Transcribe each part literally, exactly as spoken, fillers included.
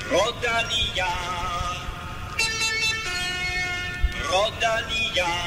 Rodalia, Rodalia.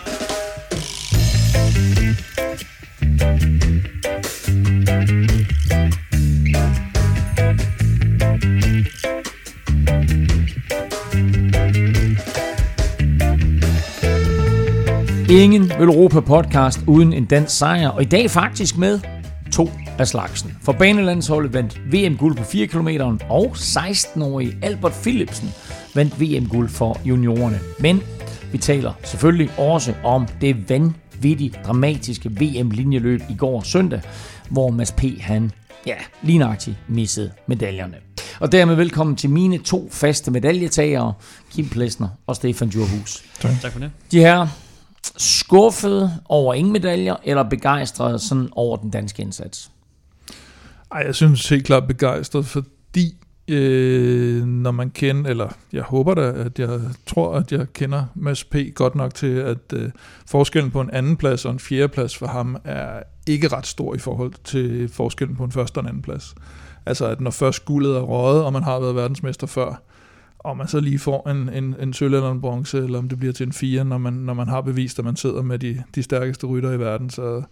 Ingen Europa-podcast uden en dansk sejr, og i dag faktisk med to af slagsen. For banelandsholdet vandt V M-guld på fire kilometer, og seksten-årige Albert Philipsen vandt V M-guld for juniorerne. Men vi taler selvfølgelig også om det vanvittigt dramatiske V M-linjeløb i går søndag, hvor Mads P. han, ja, lignagtigt missede medaljerne. Og dermed velkommen til mine to faste medaljetagere, Kim Plesner og Stefan Djurhus. Tak. tak for det. De her skuffede over ingen medaljer, eller begejstrede sådan over den danske indsats? Ej, jeg synes helt klart begejstret, fordi øh, når man kender, eller jeg håber da, at jeg tror, at jeg kender Mads P. godt nok til, at øh, forskellen på en anden plads og en fjerde plads for ham er ikke ret stor i forhold til forskellen på en første og en anden plads. Altså, at når først guldet er røget, og man har været verdensmester før, og man så lige får en, en, en sølv eller en bronze, eller om det bliver til en fire, når man, når man har bevist, at man sidder med de, de stærkeste rytter i verden, så,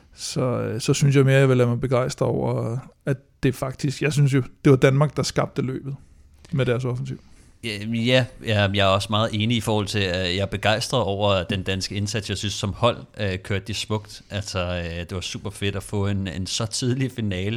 så, så synes jeg mere, jeg vil lade mig begejstre over, at det faktisk, jeg synes jo, det var Danmark, der skabte løbet med deres offensiv. Ja, jeg er også meget enig i forhold til, at jeg er begejstret over den danske indsats. Jeg synes, som hold øh, kørte de smukt. Altså, øh, det var super fedt at få en, en så tidlig finale.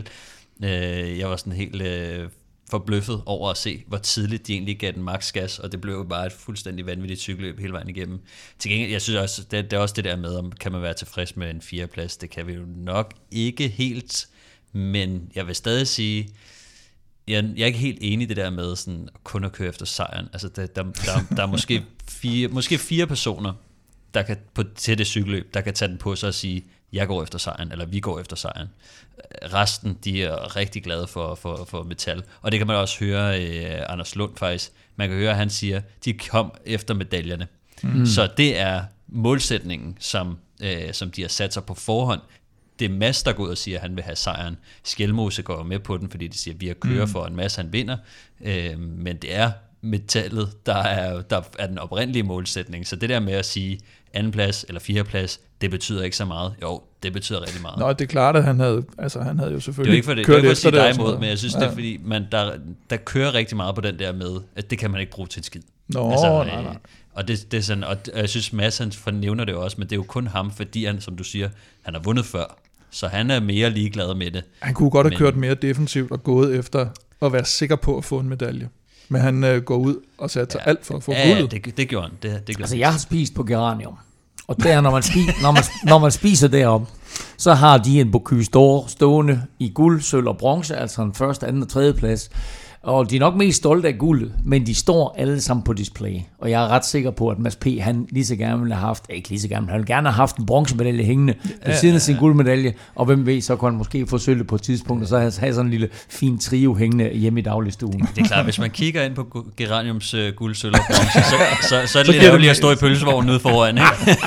Øh, jeg var sådan helt øh, forbløffet over at se, hvor tidligt de egentlig gav den max gas, og det blev jo bare et fuldstændig vanvittigt cykelløb hele vejen igennem. Til gengæld, jeg synes også, det, det er også det der med, om kan man være tilfreds med en fjerdeplads. Det kan vi jo nok ikke helt, men jeg vil stadig sige, jeg, jeg er ikke helt enig i det der med sådan, kun at køre efter sejren. Altså, der, der, der, der er måske fire, måske fire personer, der kan på, til det cykelløb, der kan tage den på sig og sige, jeg går efter sejren, eller vi går efter sejren. Resten, de er rigtig glade for, for, for metal. Og det kan man også høre eh, Anders Lund faktisk. Man kan høre, at han siger, de kom efter medaljerne. Mm. Så det er målsætningen, som, eh, som de har sat sig på forhånd. Det er Mads, der går ud og siger, at han vil have sejren. Skjelmose går med på den, fordi de siger, at vi har kører mm. for en masse, han vinder. Eh, men det er metallet, der er, der er den oprindelige målsætning. Så det der med at sige anden plads eller fjerde plads, det betyder ikke så meget. Jo, det betyder rigtig meget. Nå, det er klart, at han havde, altså han havde jo selvfølgelig det er ikke for det, kørt det efter det. det. Imod, men jeg synes, ja. det er fordi, man, der, der kører rigtig meget på den der med, at det kan man ikke bruge til en skid. Nå, altså, nej, nej. Og, det, det er sådan, og jeg synes, Mads han fornævner det også, men det er jo kun ham, fordi han, som du siger, han har vundet før. Så han er mere ligeglad med det. Han kunne godt have men, kørt mere defensivt og gået efter at være sikker på at få en medalje. Men han øh, går ud og sætter ja, alt for at få ja, guldet. Ja, det, det gjorde han. Det, det gjorde altså, jeg har spist på Geranium. Og der, når man, spiser, når man, når man spiser derom, så har de en Bocuse d'Or stående i guld, sølv og bronze, altså en første, anden og tredje plads. Og de er nok mest stolte af guldet, men de står alle sammen på display. Og jeg er ret sikker på, at Mads P. han lige så gerne ville have haft, ikke lige så gerne, men han ville gerne have haft en bronzemedalje hængende ved siden af sin guldmedalje. Og hvem ved, så kunne han måske få sølv på et tidspunkt, og så have sådan en lille fin trio hængende hjemme i dagligstuen. Det er klart, hvis man kigger ind på Geraniums uh, guld, sølv og bronze, så, så, så er det lidt ærgerligt at stå i pølsevognen ude foran, ikke?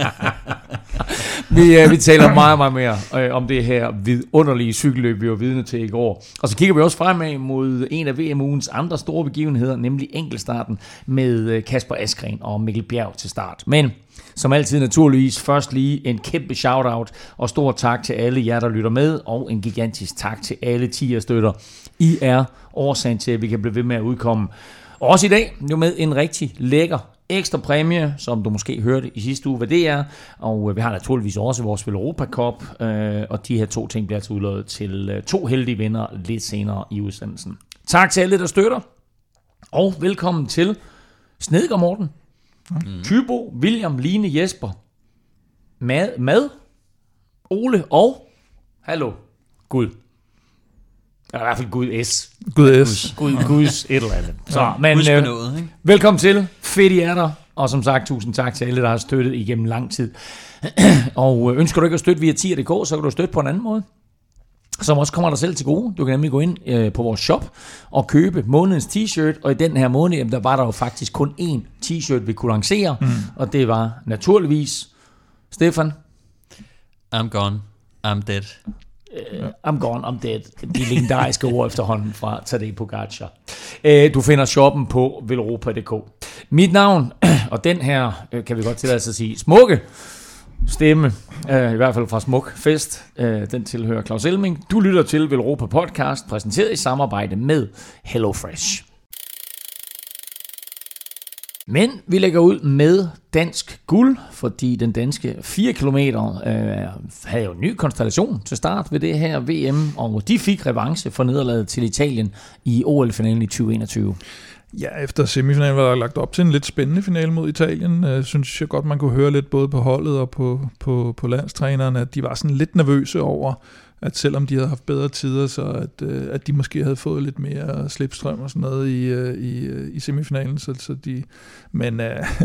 vi, uh, vi taler meget, meget mere uh, om det her vidunderlige cykelløb, vi var vidne til i går. Og så kigger vi også fremad mod en af V M-ugens andre store begivenheder, nemlig enkeltstarten med Kasper Asgreen og Mikkel Bjerg til start. Men som altid naturligvis først lige en kæmpe shout-out og stor tak til alle jer, der lytter med, og en gigantisk tak til alle tier-støtter. I er årsagen til, at vi kan blive ved med at udkomme. Også i dag jo med en rigtig lækker ekstra præmie, som du måske hørte i sidste uge, hvad det er. Og vi har naturligvis også vores Spil Europa Cup, og de her to ting bliver altså udløjet til to heldige vinder lidt senere i udsendelsen. Tak til alle, der støtter, og velkommen til Snedgaard Morten, mm. Tybo, William, Line, Jesper, Mad, Mad, Ole og, hallo, Gud. Eller i hvert fald Gud S. Gud S. Gud, Guds et eller andet. Så, men øh, noget, ikke? Velkommen til, fedt I er der, og som sagt, tusind tak til alle, der har støttet igennem lang tid. Og ønsker du ikke at støtte via tier punktum d k, så kan du støtte på en anden måde, som også kommer dig selv til gode. Du kan nemlig gå ind øh, på vores shop og købe månedens t-shirt, og i den her måned, jamen, der var der jo faktisk kun én t-shirt, vi kunne lancere, mm. og det var naturligvis Stefan. I'm gone. I'm dead. Uh, I'm gone, I'm dead. De legendariske ord efterhånden fra Tadej Pogacar. Uh, du finder shoppen på velropa punktum d k. Mit navn, og den her, uh, kan vi godt tillade sig at sige, smukke stemme, uh, i hvert fald fra Smuk Fest, uh, den tilhører Claus Elming. Du lytter til Velropa Podcast, præsenteret i samarbejde med HelloFresh. Men vi lægger ud med dansk guld, fordi den danske fire kilometer øh, havde jo en ny konstellation til start ved det her V M, og de fik revanche for nederlaget til Italien i O L-finalen i tyve enogtyve. Ja, efter semifinalen var der lagt op til en lidt spændende finale mod Italien. Jeg synes jeg godt, man kunne høre lidt både på holdet og på, på, på landstræneren, at de var sådan lidt nervøse over, at selvom de havde haft bedre tider, så at, at de måske havde fået lidt mere slipstrøm og sådan noget i, i, i semifinalen. Så, så de, men,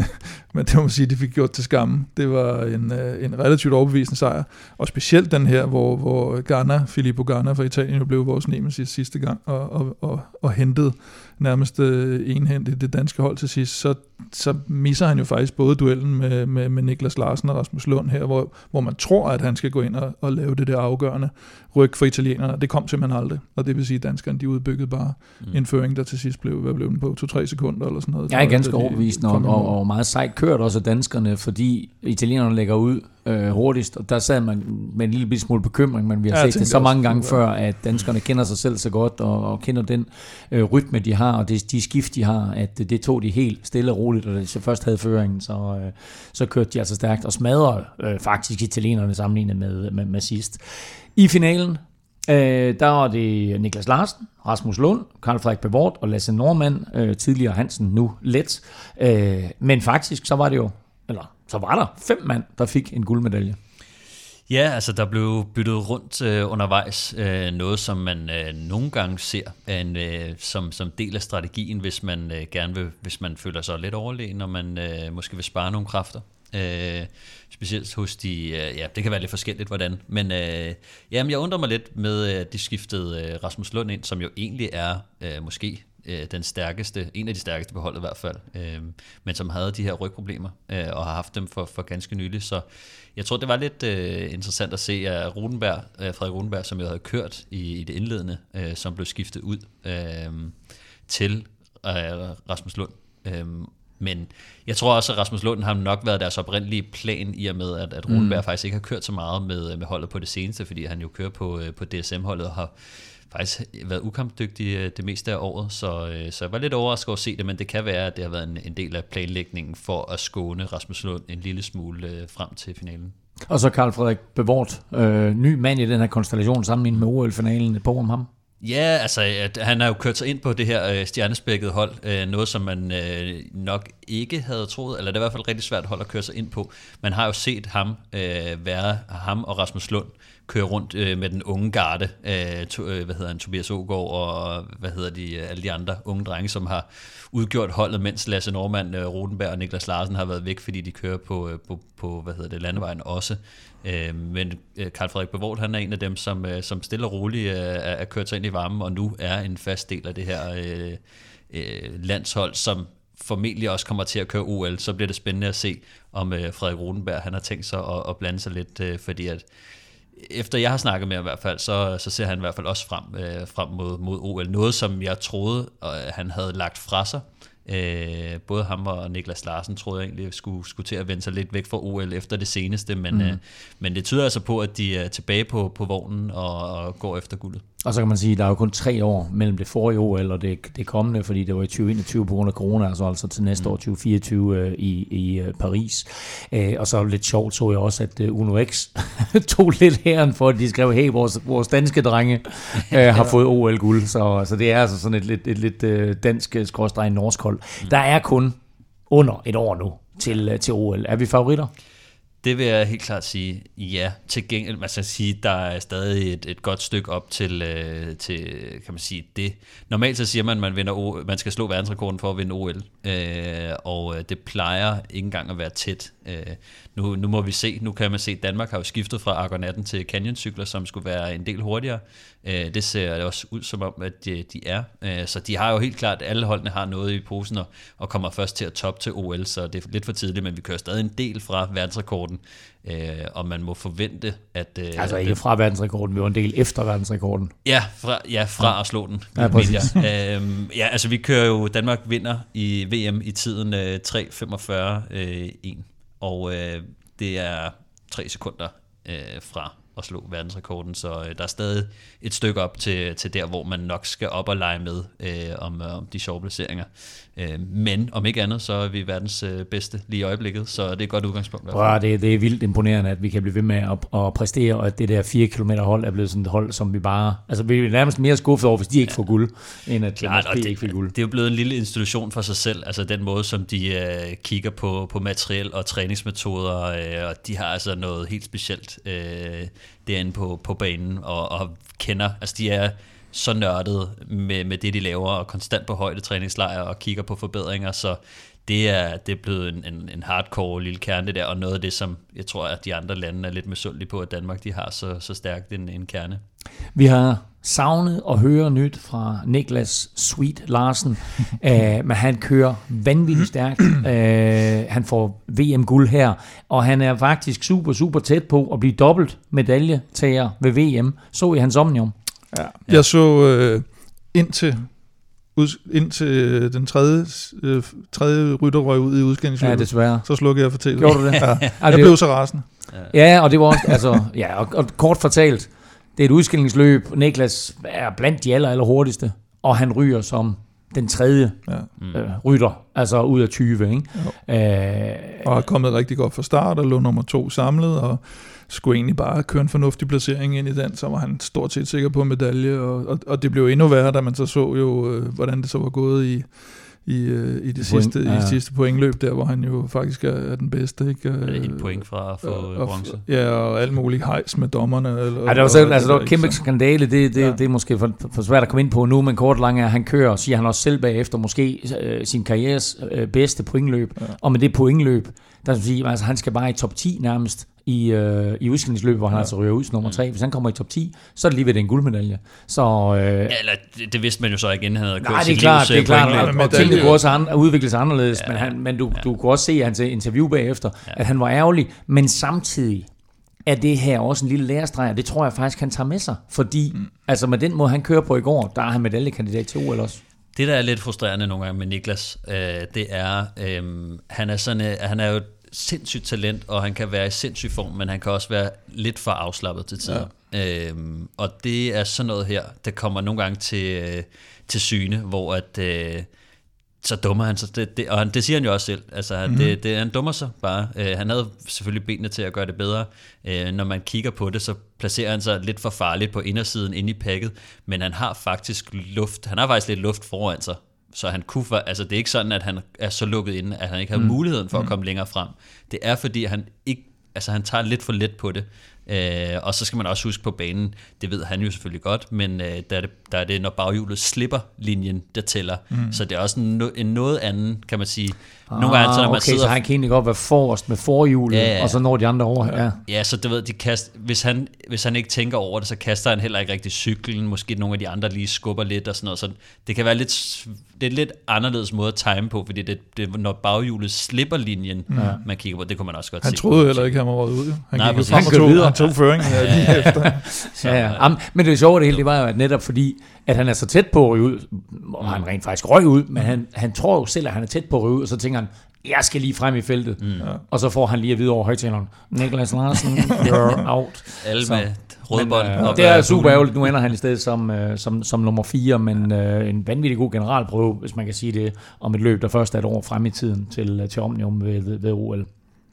men det må man sige, de fik gjort til skamme. Det var en, en relativt overbevisende sejr. Og specielt den her, hvor, hvor Ganna, Filippo Ganna fra Italien jo blev vores nemesis sidste gang og, og, og, og hentede nærmest enhændigt det danske hold til sidst, så, så misser han jo faktisk både duellen med, med, med Niklas Larsen og Rasmus Lund her, hvor, hvor man tror, at han skal gå ind og, og lave det der afgørende ryg for italienerne. Det kom simpelthen aldrig, og det vil sige, at danskerne de udbyggede bare mm. en føring, der til sidst blev, hvad blev den på, to-tre sekunder eller sådan noget. Jeg er ganske overbevist, og, og, og meget sejt kørt også af danskerne, fordi italienerne lægger ud øh, hurtigst, og der sad man med en lille smule bekymring, men vi har ja, set det så mange gange før, at danskerne kender sig selv så godt, og, og kender den øh, rytme, de har, og det, de skift, de har, at det, det tog de helt stille og roligt, og da de så først havde føringen, så, øh, så kørte de altså stærkt, og smadrede øh, faktisk italienerne sammenlignet med, med, med sidst. I finalen, øh, der var det Niklas Larsen, Rasmus Lund, Carl Frederik Bevort og Lasse Normann, øh, tidligere Hansen, nu Let. Øh, men faktisk, så var det jo, eller så var der fem mand, der fik en guldmedalje. Ja, altså der blev byttet rundt øh, undervejs, øh, noget som man øh, nogle gange ser en, øh, som, som del af strategien, hvis man øh, gerne vil, hvis man føler sig lidt overlegen, og man øh, måske vil spare nogle kræfter. Øh, specielt hos de, øh, ja, det kan være lidt forskelligt hvordan, men øh, jamen, jeg undrer mig lidt med, at de skiftede øh, Rasmus Lund ind, som jo egentlig er øh, måske øh, den stærkeste, en af de stærkeste på holdet i hvert fald, øh, men som havde de her rygproblemer øh, og har haft dem for, for ganske nylig, så jeg tror det var lidt øh, interessant at se at Rodenberg, øh, Frederik Rodenberg, som jo havde kørt i, i det indledende, øh, som blev skiftet ud øh, til øh, Rasmus Lund. Øh, Men jeg tror også, at Rasmus Lund har nok været deres oprindelige plan, i og med, at, at Rodenberg mm. faktisk ikke har kørt så meget med, med holdet på det seneste, fordi han jo kører på, på D S M-holdet og har faktisk været ukampdygtig det meste af året. Så, så jeg var lidt overrasket over at se det, men det kan være, at det har været en, en del af planlægningen for at skåne Rasmus Lund en lille smule frem til finalen. Og så Carl Frederik Bevort, øh, ny mand i den her konstellation sammenlignet med O L-finalen. Et par om ham. Ja, altså at han har jo kørt sig ind på det her øh, stjernespækkede hold, øh, noget som man øh, nok ikke havde troet, eller det er i hvert fald et rigtig svært hold at køre sig ind på. Man har jo set ham øh, være, ham og Rasmus Lund køre rundt øh, med den unge garde, øh, to, øh, hvad hedder han, Tobias Aagaard og hvad hedder de, alle de andre unge drenge, som har udgjort holdet, mens Lasse Normann, øh, Rodenberg og Niklas Larsen har været væk, fordi de kører på, øh, på, på hvad hedder det, landevejen også. Øh, men øh, Carl Frederik Bevort, han er en af dem, som, øh, som stille og roligt øh, er kørt sig ind i varmen, og nu er en fast del af det her øh, øh, landshold, som formentlig også kommer til at køre O L. Så bliver det spændende at se, om øh, Frederik Rodenberg, han har tænkt sig at, at blande sig lidt, øh, fordi at efter jeg har snakket med ham i hvert fald, så, så ser han i hvert fald også frem, øh, frem mod, mod O L. Noget, som jeg troede, øh, han havde lagt fra sig. Øh, både ham og Niklas Larsen troede jeg egentlig skulle, skulle til at vende sig lidt væk fra O L efter det seneste, men, mm. øh, men det tyder altså på, at de er tilbage på, på vognen og, og går efter guldet. Og så kan man sige, at der er jo kun tre år mellem det forrige O L og det, det kommende, fordi det var i tyve enogtyve på grund af corona, altså, altså til næste mm. år tyve fireogtyve øh, i, i Paris. Øh, og så lidt sjovt så jeg også, at øh, Uno X tog lidt hæren for, at de skrev, hey, vores, vores danske drenge øh, har fået O L-guld. Så, så det er altså sådan et lidt, et, et lidt øh, dansk skråstreg norsk hold. Mm. Der er kun under et år nu til, øh, til O L. Er vi favoritter? Det vil jeg helt klart sige, ja. Til gengæld, man skal sige, der er stadig et, et godt stykke op til, øh, til, kan man sige, det. Normalt så siger man, at man, vinder o- man skal slå verdensrekorden for at vinde O L, øh, og det plejer ikke engang at være tæt. Øh, nu, nu må vi se, nu kan man se, at Danmark har jo skiftet fra Argon atten til Canyon-cykler, som skulle være en del hurtigere. Øh, det ser også ud som om, at de, de er. Øh, så de har jo helt klart, alle holdene har noget i posen, og, og kommer først til at toppe til O L, så det er lidt for tidligt, men vi kører stadig en del fra verdensrekorden verdensrekorden. Øh, og man må forvente, at... Øh, altså at ikke fra verdensrekorden, vi var en del efter verdensrekorden. Ja, fra, ja, fra ja. at slå den. Ja, præcis. øhm, ja, altså vi kører jo, Danmark vinder i V M i tiden øh, tre femogfyrre en, og øh, det er tre sekunder øh, fra at slå verdensrekorden, så øh, der er stadig et stykke op til, til der, hvor man nok skal op og lege med øh, om, om de sjove placeringer. Øh, men om ikke andet, så er vi verdens øh, bedste lige i øjeblikket, så det er et godt udgangspunkt. Ja, det, det er vildt imponerende, at vi kan blive ved med at, at præstere, og at det der fire kilometer hold er blevet sådan et hold, som vi bare... Altså, vi er nærmest mere skuffet over, hvis de ikke får guld, end at Klart, M S P ikke fik guld. Det er jo blevet en lille institution for sig selv, altså den måde, som de øh, kigger på, på materiel og træningsmetoder, øh, og de har altså noget helt specielt øh, derinde på, på banen, og, og kender... Altså, de er så nørdet med, med det, de laver, og konstant på højde træningslejre og kigger på forbedringer, så det er, det er blevet en, en, en hardcore lille kerne det der, og noget af det, som jeg tror, at de andre lande er lidt misundelige på, at Danmark de har så, så stærkt en, en kerne. Vi har savnet at høre nyt fra Niklas Sweet Larsen, uh, men han kører vanvittigt stærkt. Uh, han får V M-guld her, og han er faktisk super, super tæt på at blive dobbelt medaljetager ved V M. Så i hans Omnium. Ja. Jeg så øh, indtil, ud, indtil den tredje, øh, tredje rytter røg ud i udskillingsløbet. Ja, desværre. Så slukkede jeg for tv. Gjorde du det? Ja. Jeg blev så rasende. Ja, og det var også, altså, ja, og, og kort fortalt, det er et udskillingsløb. Niklas er blandt de aller, aller hurtigste, og han ryger som den tredje ja. øh, rytter, altså ud af tyve, ikke? Øh, og har kommet rigtig godt fra start, og lå nummer to samlet, og skulle egentlig bare køre en fornuftig placering ind i den, så var han stort set sikker på en medalje, og, og, og det blev endnu værre, da man så så jo, øh, hvordan det så var gået i, i, øh, i det sidste, ja. i det sidste pointløb, der hvor han jo faktisk er, er den bedste. Ikke? Øh, et point fra at få øh, bronze. Ja, og alt muligt hejs med dommerne. Eller, ja, det var, så, altså, det var en kæmpe så. skandale, det, det, ja. det er måske for, for svært at komme ind på nu, men kort lang er, han kører, siger han også selv bagefter, måske øh, sin karrieres øh, bedste pointløb, ja. og med det pointløb, der skal sige, altså han skal bare i top ti nærmest, i, øh, i udskillingsløbet, hvor han ja. altså ryger ud som nummer tre. Hvis han kommer i top ti, så er det lige ved det en guldmedalje. Så, øh, ja, eller det, det vidste man jo så igen, han havde kørt sit livs pointløb. Nej, det er klart, og, og tingene kunne også an, udvikle sig anderledes, ja. men, han, men du, ja. du kunne også se i hans interview bagefter, ja. at han var ærgerlig, men samtidig er det her også en lille lærestreg, og det tror jeg faktisk, han tager med sig, fordi mm. altså med den måde, han kører på i går, der er han medaljekandidat til O L også. Det, der er lidt frustrerende nogle gange med Niklas, øh, det er, øh, han er sådan, øh, han er jo sindssygt talent, og han kan være i sindssyg form, men han kan også være lidt for afslappet til tider. Ja. Øhm, og det er sådan noget her, der kommer nogle gange til, øh, til syne, hvor at, øh, så dummer han sig. Det, det, og han, det siger han jo også selv. Altså, mm-hmm. det, det, han dummer sig bare. Øh, han havde selvfølgelig benene til at gøre det bedre. Øh, når man kigger på det, så placerer han sig lidt for farligt på indersiden inde i pakket, men han har faktisk luft. Han har faktisk lidt luft foran sig. Så han kunne, altså det er ikke sådan, at han er så lukket inde, at han ikke har mm. muligheden for at komme mm. længere frem. Det er fordi, han ikke, altså han tager lidt for let på det. Øh, og så skal man også huske på banen, det ved han jo selvfølgelig godt, men øh, der, er det, der er det, når baghjulet slipper linjen, der tæller. Mm. Så det er også en, en noget anden, kan man sige. Nogle ah, gange, så når man okay, sidder... så han kan egentlig godt være forrest med forhjulet, ja, ja. og så når de andre over. Ja, ja så det ved, de kast, hvis, han, hvis han ikke tænker over det, så kaster han heller ikke rigtig cyklen. Måske nogle af de andre lige skubber lidt og sådan noget. Så det kan være lidt, det er lidt anderledes måde at time på, fordi det, det, når baghjulet slipper linjen, ja. man kigger på, det kunne man også godt han se. Han troede heller ikke, han var røget ud. Han Nej, gik frem og tog, videre. Han tog føringen ja, lige efter. ja, ja. Ja. Men det sjove det hele, det var jo, at netop fordi, at han er så tæt på at ryge ud, og han rent faktisk røg ud, men han, han tror jo selv, at han er tæt på at ryge ud, og så tænker han, jeg skal lige frem i feltet. Mm. Og så får han lige at vide over højtaleren, Niklas Larsen, you're out. Alle med rødbånd. Øh, det er super ærgerligt. Nu ender han i stedet som, øh, som, som nummer fire, men øh, en vanvittig god generalprøve, hvis man kan sige det, om et løb, der først er et år frem i tiden til, til Omnium ved, ved, ved O L.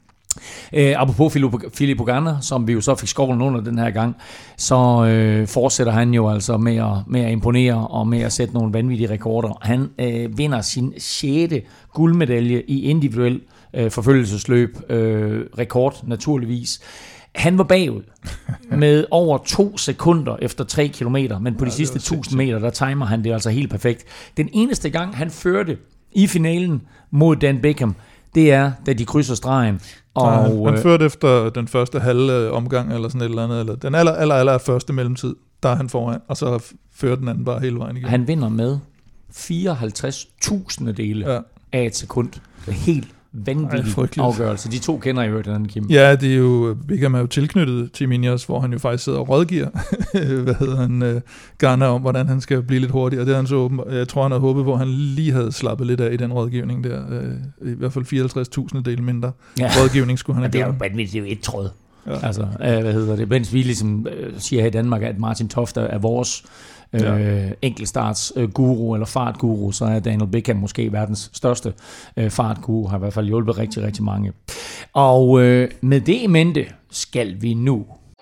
Øh, apropos Filippo Ganna, som vi jo så fik skovlen under den her gang, så øh, fortsætter han jo altså med at, med at imponere og med at sætte nogle vanvittige rekorder. Han øh, vinder sin sjette guldmedalje i individuel øh, forfølgelsesløb, øh, rekord naturligvis. Han var bagud med over to sekunder efter tre kilometer, men på de ja, sidste tusind meter, der timer han det altså helt perfekt. Den eneste gang, han førte i finalen mod Dan Beckham, det er, da de krydser stregen. Og, han, han førte efter den første halve omgang, eller sådan et eller andet, eller den aller, aller, aller første mellemtid, der er han foran, og så fører den anden bare hele vejen igen. Han vinder med fireoghalvtreds tusindedele ja. af et sekund. Det er helt vanvittig Ej, afgørelse. De to kender jo den, Kim. Ja, det er jo, Beckham er jo tilknyttet til Ineos, hvor han jo faktisk sidder og rådgiver, hvad hedder han, uh, Garner om, hvordan han skal blive lidt hurtigere. Det er han så åben. Jeg tror, han havde håbet på, at han lige havde slappet lidt af i den rådgivning der. Uh, I hvert fald fireoghalvtreds tusind del mindre ja. rådgivning skulle han have gjort. Det er jo vanvittigt, det er jo et tråd. Ja. Altså, øh, hvad hedder det? Mens vi ligesom øh, siger her i Danmark, at Martin Toft er vores øh, ja. enkeltstarts øh, guru eller fartguru, så er Daniel Beckham måske verdens største øh, fartguru, har i hvert fald hjulpet rigtig, rigtig mange. Og øh, med det i mente skal vi nu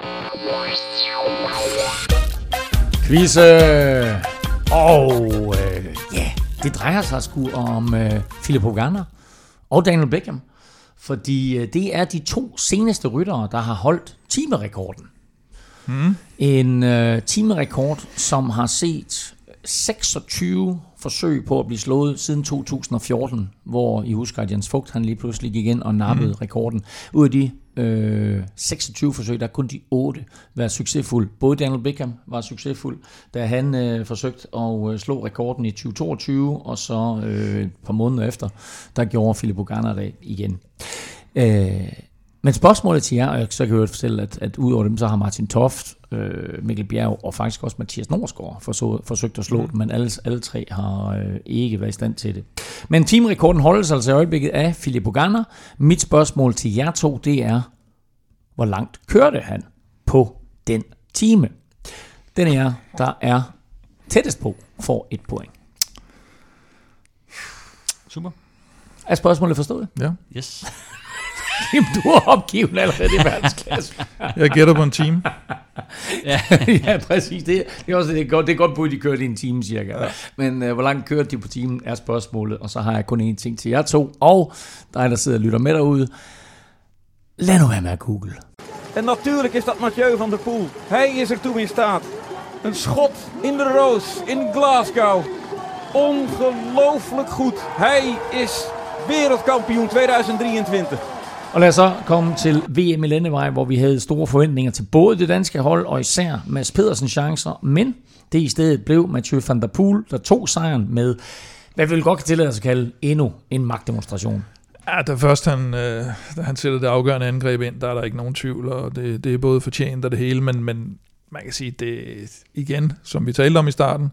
quizze. Og øh, ja, det drejer sig sgu om øh, Filippo Ganna og Daniel Beckham. Fordi det er de to seneste ryttere, der har holdt timerekorden. Mm. En uh, timerekord, som har set seksogtyve forsøg på at blive slået siden to tusind og fjorten, hvor I husker, at Jens Vogt han lige pludselig gik ind og nappede mm. rekorden. Ud af de øh, seksogtyve forsøg, der kun de otte været succesfulde. Både Daniel Beckham var succesfuld, da han øh, forsøgte at øh, slå rekorden i tyve toogtyve, og så øh, et par måneder efter, der gjorde Filippo Ganna det igen. Øh, men spørgsmålet til jer, og så kan jeg jo fortælle, at, at ud over dem, så har Martin Toft, øh, Mikkel Bjerg og faktisk også Mathias Norsgaard forsøg, forsøgt at slå mm. det, men alle, alle tre har øh, ikke været i stand til det. Men teamrekorden holdes altså i øjeblikket af Filippo Ganna. Mit spørgsmål til jer to, det er, hvor langt kørte han på den time? Den er, der er tættest på, får et point. Super. Er spørgsmålet forstået? Ja. Yes. Kim, du er opgiven allerede i verdensklasse. Jeg gætter på en time. ja. ja, præcis. Det, det er også det er godt, det er godt bud, de kørte i en time cirka. Ja. Men uh, hvor langt kørte de på timen, er spørgsmålet. Og så har jeg kun én ting til jer to. Og dig, der sidder og lytter med derude. Lad nu være med at google. En natuurlijk is dat Mathieu van der Poel. Hij is er toe in staat. Een schot in de roos in Glasgow. Ongelooflijk goed. Hij is wereldkampioen tweeduizend drieëntwintig. Og lad os så komme til V M i landevej, hvor vi havde store forventninger til både det danske hold og især Mads Pedersens chancer, men det i stedet blev Mathieu van der Poel, der tog sejren med, hvad vi vil godt kan tillade os at kalde, endnu en magtdemonstration. Ja, da først han, øh, da han sætter det afgørende angreb ind, der er der ikke nogen tvivl, og det, det er både fortjent og det hele, men, men man kan sige, det igen, som vi talte om i starten,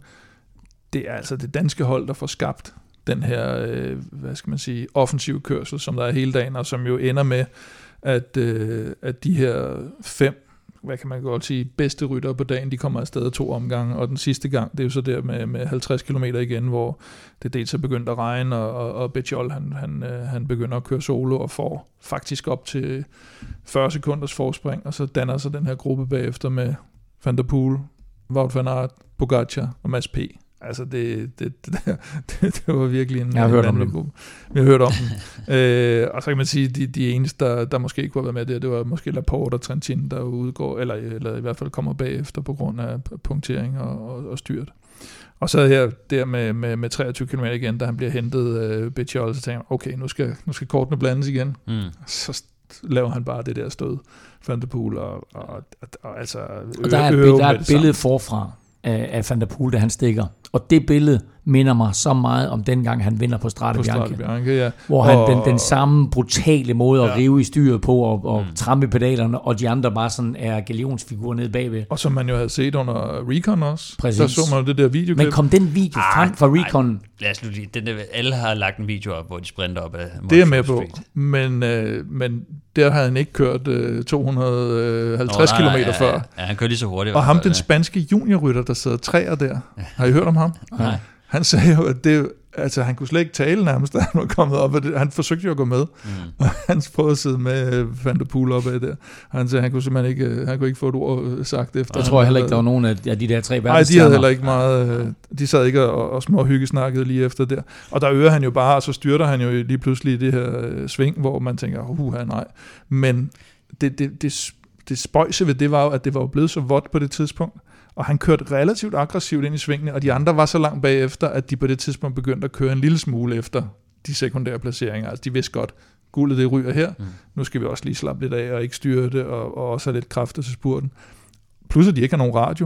det er altså det danske hold, der får skabt den her, øh, hvad skal man sige, offensiv kørsel, som der er hele dagen, og som jo ender med, at, øh, at de her fem, hvad kan man godt sige, bedste ryttere på dagen, de kommer afsted to omgange, og den sidste gang, det er jo så der med, med halvtreds kilometer igen, hvor det dels er begyndt at regne, og, og, og Betjol, han, han, han begynder at køre solo, og får faktisk op til fyrre sekunders forspring, og så danner sig den her gruppe bagefter med Van der Poel, Wout van Aert, Pogacar og Mads P. Altså, det, det, det, det, det var virkelig en... Jeg har hørt om dem. Gruppe. Vi har hørt om dem. øh, og så kan man sige, de, de eneste, der, der måske ikke kunne have været med der, det var måske Laporte og Trentin, der udgår, eller, eller i hvert fald kommer bagefter på grund af punktering og, og, og styrt. Og så her der med, med, med treogtyve kilometer igen, da han bliver hentet øh, Betjol, så tænker jeg, okay, nu skal, nu skal kortene blandes igen. Mm. Så laver han bare det der stød, Van der Poel, og, og, og, og altså... Og der er, ø- der er et billede forfra af Van der Poel, da han stikker. Og det billede minder mig så meget om dengang, han vinder på Strade Bianche. Bianche ja. Hvor han og, den, den samme brutale måde at ja. rive i styret på og, og mm. trampe pedalerne, og de andre bare sådan er galionsfigurer nede bagved. Og som man jo havde set under Recon også. Præcis. Der så man det der videoklip. Men kom den video frem fra Recon? Lad os lige, den der, alle har lagt en video op, hvor de sprinter op af det er med på, men, øh, men der havde han ikke kørt øh, to hundrede og halvtreds oh, kilometer ja, før. Ja, ja, han kørte lige så hurtigt. Og ham, den spanske juniorrytter, der sidder træer der. Ja. Har I hørt om ham? Nej. Han sagde jo, at det, altså, han kunne slet ikke tale nærmest, da han var kommet op. Det, han forsøgte jo at gå med, mm. og han prøvede at sidde med Van der Poel op af der. Han sagde, han kunne simpelthen ikke, han kunne ikke få et ord sagt efter. Jeg tror jeg heller ikke, der var nogen af de der tre verdensstjerner. Nej, de havde heller ikke meget, de sad ikke og, og små hyggesnakkede lige efter der. Og der øger han jo bare, og så styrter han jo lige pludselig i det her sving, hvor man tænker, uha, nej. Men det, det, det, det spøjse ved det var jo, at det var jo blevet så vådt på det tidspunkt, og han kørte relativt aggressivt ind i svingene, og de andre var så langt bagefter, at de på det tidspunkt begyndte at køre en lille smule efter de sekundære placeringer. Altså de vidste godt, guldet det ryger her, mm. nu skal vi også lige slappe lidt af og ikke styre det, og, og også have lidt kræfter til spurten. Plus at de ikke har nogen radio.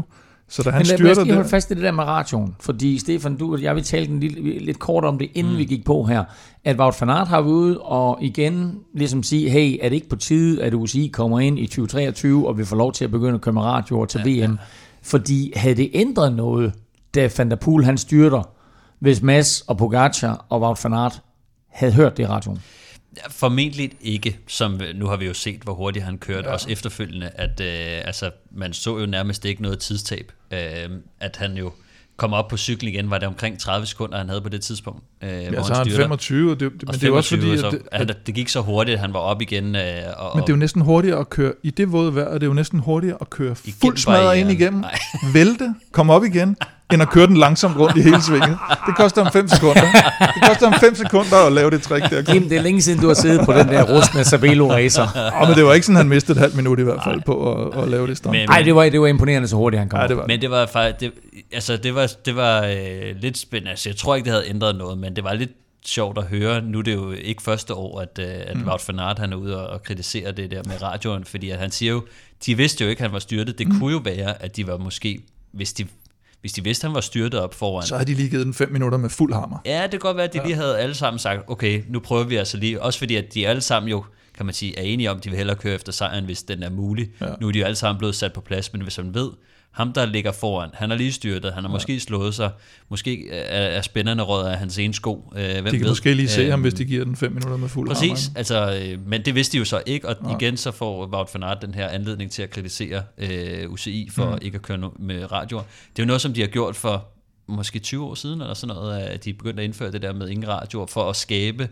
Så da han Men lad styrter os lige holde det... fast i det der med radioen, fordi Stefan, du og jeg, vi talte en lille, lidt kort om det, inden mm. vi gik på her, at Wout van Aert har været ude og igen ligesom sige, hey, er det ikke på tide, at U C I kommer ind i tyve treogtyve, og vi får lov til at begynde at køre med radioer til ja, V M? Ja. Fordi havde det ændret noget, da Van der Poel han styrter, hvis Mads og Pogacar og Wout van Aert havde hørt det i radioen? Formentlig ikke, som nu har vi jo set, hvor hurtigt han kørte, ja. Også efterfølgende, at øh, altså, man så jo nærmest ikke noget tidstab, øh, at han jo kom op på cyklen igen, var det omkring tredive sekunder, han havde på det tidspunkt. Øh, ja, hvor så han han femogtyve, det, det, men det er jo også fordi, så, at det, han, det gik så hurtigt, at han var op igen. Øh, og, men det er jo næsten hurtigere at køre, i det våde vejr, det er jo næsten hurtigere at køre fuld smadret ind igennem, nej. vælte, komme op igen, end at køre den langsomt rundt i hele svinget. Det koster ham fem sekunder. Det koster ham fem sekunder at lave det trick der. Kim, det er længe siden, du har siddet på den der rustne Cervelo Racer. Oh, men det var ikke sådan, han mistede et halvt minut i hvert fald på at, at lave det stand. Nej, det var, det var imponerende, så hurtigt han kom. Ej, det var. Men det var faktisk, det, altså det var, det var øh, lidt spændende. Altså, jeg tror ikke, det havde ændret noget, men det var lidt sjovt at høre. Nu er det jo ikke første år, at, øh, at mm. Wout van Aert han er ude og, og kritiserer det der med radioen, fordi at han siger jo, de vidste jo ikke, at han var styrtet. Det mm. kunne jo være, at de var måske, hvis de Hvis de vidste, han var styrtet op foran. Så havde de lige givet den fem minutter med fuld hammer. Ja, det kan godt være, at de ja. lige havde alle sammen sagt, okay, nu prøver vi altså lige. Også fordi, at de alle sammen jo, kan man sige, er enige om, at de vil hellere køre efter sejren, hvis den er mulig. Ja. Nu er de jo alle sammen blevet sat på plads, men hvis man ved, ham der ligger foran, han har lige styrtet, han har ja. måske slået sig, måske er, er spændende råd af hans ene sko. Øh, hvem de kan ved? måske lige se øh, ham, hvis de giver den fem minutter med fuld præcis, hammer. Præcis, altså, øh, men det vidste de jo så ikke, og ja. igen så får Wout van Aert den her anledning til at kritisere øh, U C I for mm. ikke at køre med radioer. Det er jo noget, som de har gjort for måske tyve år siden, eller sådan noget, at de begyndte at indføre det der med ingen radioer, for at skabe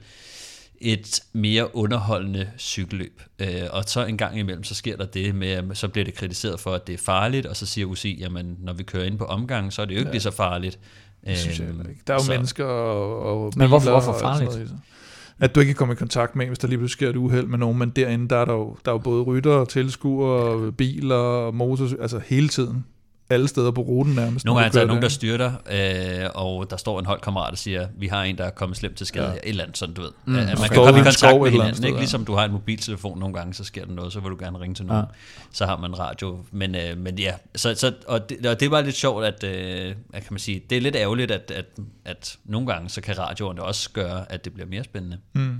et mere underholdende cykelløb. Og så en gang imellem, så sker der det med, så bliver det kritiseret for, at det er farligt, og så siger U C I, jamen, når vi kører ind på omgangen, så er det jo ikke ja. lige så farligt. Det synes jeg ikke. Der er jo så. mennesker og, og men hvorfor, hvorfor farligt? At du ikke kan komme i kontakt med, hvis der lige pludselig sker et uheld med nogen, men derinde, der er der jo, der er jo både rytter, tilskuere, biler, motor, altså hele tiden. Alle steder på ruten nærmest. Nogle gange er der nogen, der styrter, øh, og der står en holdkammerat og siger, vi har en, der er kommet slemt til skade, ja. et eller andet sådan, du ved. Mm. At man kan komme i kontakt med hinanden, ikke? Ligesom du har en mobiltelefon nogle gange, så sker der noget, så vil du gerne ringe til nogen. Ja. Så har man radio. Men, øh, men ja, så, så, og, det, og det er bare lidt sjovt, at, øh, at kan man sige, det er lidt ærgerligt, at, at, at nogle gange, så kan radioerne også gøre, at det bliver mere spændende. Mm. Øhm,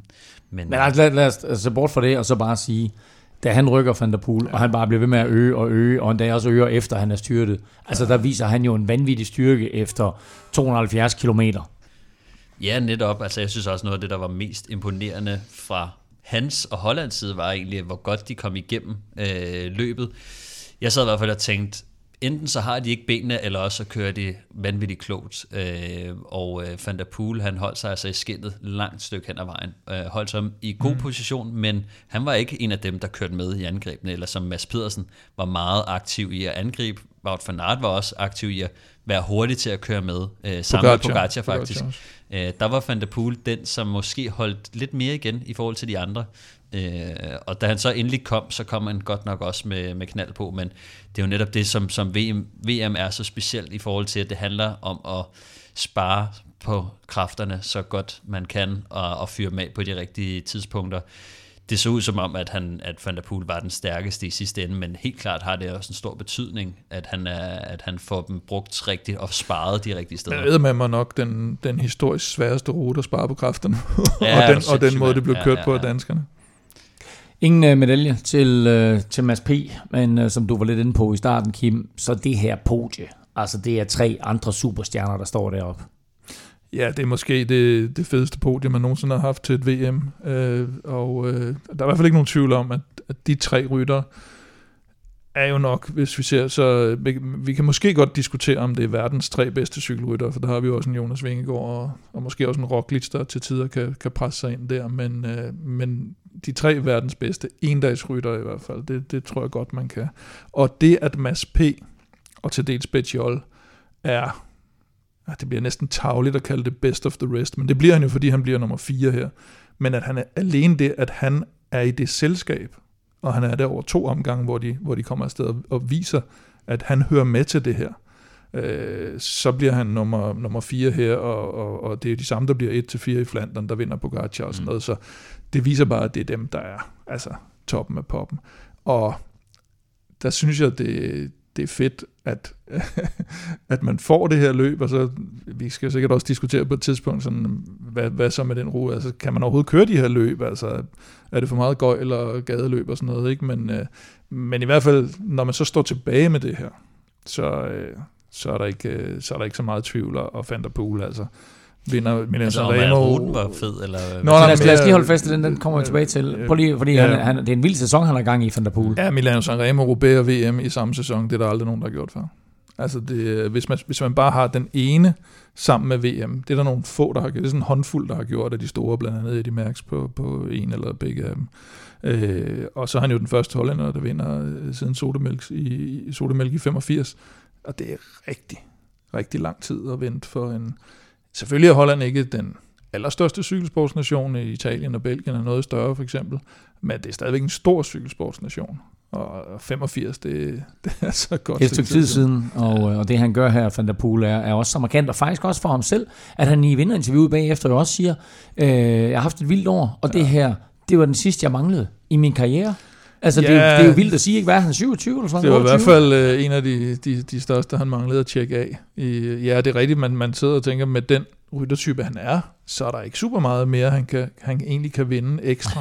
men men altså, lad, lad os se bort fra det, og så bare sige, da han rykker Van der Poel, ja. og han bare bliver ved med at øge og øge, og endda også øger efter han er styrtet. Altså ja. der viser han jo en vanvittig styrke efter to hundrede og halvfjerds kilometer. Ja, netop. Altså jeg synes også noget af det, der var mest imponerende fra hans og Hollands side, var egentlig, hvor godt de kom igennem øh, løbet. Jeg sad i hvert fald og tænkte, enten så har de ikke benene, eller også så kører de vanvittigt klogt. Øh, og øh, Van der Poel, han holdt sig altså i skindet langt stykke hen ad vejen. Øh, holdt sig i god mm. position, men han var ikke en af dem, der kørte med i angrebene, eller som Mads Pedersen var meget aktiv i at angribe. Wout van Aert var også aktiv i at være hurtig til at køre med, øh, sammen med Pogacar faktisk. Øh, der var Van der Poel den, som måske holdt lidt mere igen i forhold til de andre. Øh, og da han så endelig kom, så kom han godt nok også med, med knald på, men det er jo netop det, som, som V M, V M er så specielt i forhold til, at det handler om at spare på kræfterne så godt man kan, og, og fyre dem af på de rigtige tidspunkter. Det så ud som om, at, han, at Van der Poel var den stærkeste i sidste ende, men helt klart har det også en stor betydning, at han, er, at han får dem brugt rigtigt og sparet de rigtige steder. Jeg ved med mig nok den, den historisk sværeste rute at spare på kræfterne, ja, og, den, og den måde, det blev kørt ja, ja, ja. på af danskerne. Ingen uh, medalje til, uh, til Mads P., men uh, som du var lidt inde på i starten, Kim, så det her podie, altså det er tre andre superstjerner, der står deroppe. Ja, det er måske det, det fedeste podie, man nogensinde har haft til et V M, øh, og øh, der er i hvert fald ikke nogen tvivl om, at, at de tre rytter er jo nok, hvis vi ser, så vi, vi kan måske godt diskutere, om det er verdens tre bedste cykelrytter, for der har vi jo også en Jonas Vingegaard, og, og måske også en Roglic, der til tider kan, kan presse sig ind der, men, øh, men de tre verdens bedste endagsrytter i hvert fald, det, det tror jeg godt, man kan. Og det, at Mads P. og til dels Betjol er, det bliver næsten tarveligt at kalde det best of the rest, men det bliver han jo, fordi han bliver nummer fire her, men at han er alene det, at han er i det selskab, og han er der over to omgange, hvor de, hvor de kommer afsted og, og viser, at han hører med til det her. Øh, så bliver han nummer, nummer fire her, og, og, og det er de samme, der bliver et til fire i Flandern, der vinder Pogacar og sådan noget, så det viser bare, at det er dem, der er altså toppen af poppen. Og der synes jeg, det, det er fedt, at, at man får det her løb, og så, vi skal sikkert også diskutere på et tidspunkt, sådan, hvad, hvad så med den rute, altså kan man overhovedet køre de her løb, altså er det for meget gøj eller gadeløb og sådan noget, ikke? Men, øh, men i hvert fald, når man så står tilbage med det her, så, øh, så, er, der ikke, øh, så er der ikke så meget tvivl, og Van der Poel, altså vinder Milan altså, Sanremo. om ruten var fed, eller... Nå, lad, os, lad os lige holde fast i den, den kommer vi tilbage til. Prøv lige, fordi ja. han, han, det er en vild sæson, han har gang i, Van der Poel. Ja, Milan Sanremo, Roubaix og V M i samme sæson, det er der aldrig nogen, der har gjort før. Altså, det, hvis, man, hvis man bare har den ene sammen med V M, det er der nogle få, der har gjort. Det er sådan en håndfuld, der har gjort af de store, blandt andet Eddie Merckx på, på en eller begge af dem. Øh, og så er han jo den første hollænder, der vinder øh, siden Sotemælk i, Sotemælk i femogfirs. Og det er rigtig, rigtig lang tid at vente for en... Selvfølgelig er Holland ikke den allerstørste cykelsportsnation. I Italien og Belgien er noget større for eksempel, men det er stadigvæk en stor cykelsportsnation. Og femogfirs, det, det er så godt. Det er et stykke tid siden, og, og det han gør her, Van der Poel, er, er også så markant, og faktisk også for ham selv, at han i vinderinterviewet bagefter jo også siger, øh, jeg har haft et vildt år, og ja. det her, det var den sidste, jeg manglede i min karriere. Altså, ja, det, er, det er jo vildt at sige, ikke? Hvad er han, syvogtyve eller sådan? Det var otteogtyve? I hvert fald øh, en af de, de, de største, han manglede at tjekke af. I, ja, det er rigtigt, man, man sidder og tænker, med den ryttertype, han er, så er der ikke super meget mere, han, kan, han egentlig kan vinde ekstra.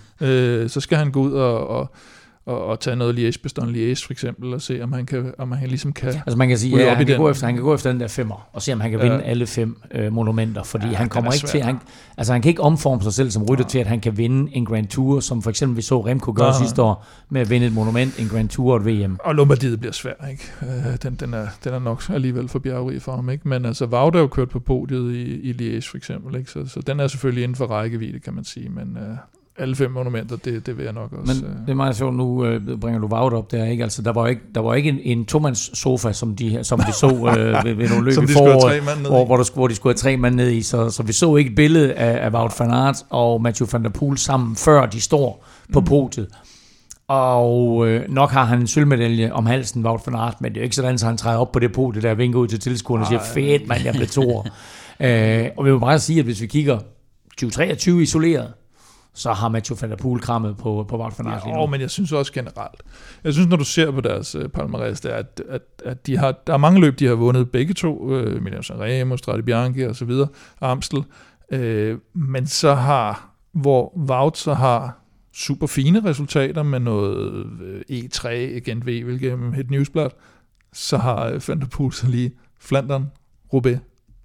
øh, så skal han gå ud og... og Og, og tage noget Liège-Bastogne-Liège for eksempel, og se, om han, kan, om han ligesom kan... Altså man kan sige, ja, han, kan gå efter, han kan gå efter den der femmer, og se, om han kan vinde ja. alle fem øh, monumenter, fordi ja, han kommer ikke til... Han, altså han kan ikke omforme sig selv som rytter ja. til, at han kan vinde en Grand Tour, som for eksempel vi så Remco gøre ja. sidste år, med at vinde et monument, en Grand Tour og et V M. Og Lombardiet bliver svær, ikke? Øh, den, den, er, den er nok alligevel for bjergrig for ham, ikke? Men altså, Wout er jo kørt på podiet i, i Liège for eksempel, ikke? Så, så den er selvfølgelig inden for rækkevidde, kan man sige, men... Øh, alle fem monumenter, det, det vil jeg nok også. Men det er meget sjovt, nu øh, bringer du Wout op der, ikke? Altså, der var ikke, der var ikke en, en tomands sofa, som de, som de så øh, ved, ved nogle løb i foråret, hvor, hvor, hvor de skulle have tre mand ned i, så, så vi så ikke et billede af, af Wout van Aert og Mathieu van der Poel sammen, før de står på mm. podiet. Og øh, nok har han en sølvmedalje om halsen, Wout van Aert, men det er jo ikke sådan, så han træder op på det podiet, der vinker ud til tilskuerne og siger, fedt mand, jeg blev toer. øh, og vi vil bare sige, at hvis vi kigger tyve treogtyve isoleret, så har Mathieu van der Poel krammet på, på Wout van Aert lige nu. Ja, men jeg synes også generelt. Jeg synes, når du ser på deres uh, palmarès, det er, at, at, at de har, der er mange løb, de har vundet begge to, uh, Milan Sanremo, Strade Bianche og så videre, Amstel, uh, men så har, hvor Wout så har super fine resultater med noget E tre, Agent V, hvilket et newsblad, så har Van der Poel så lige Flandern, Roubaix,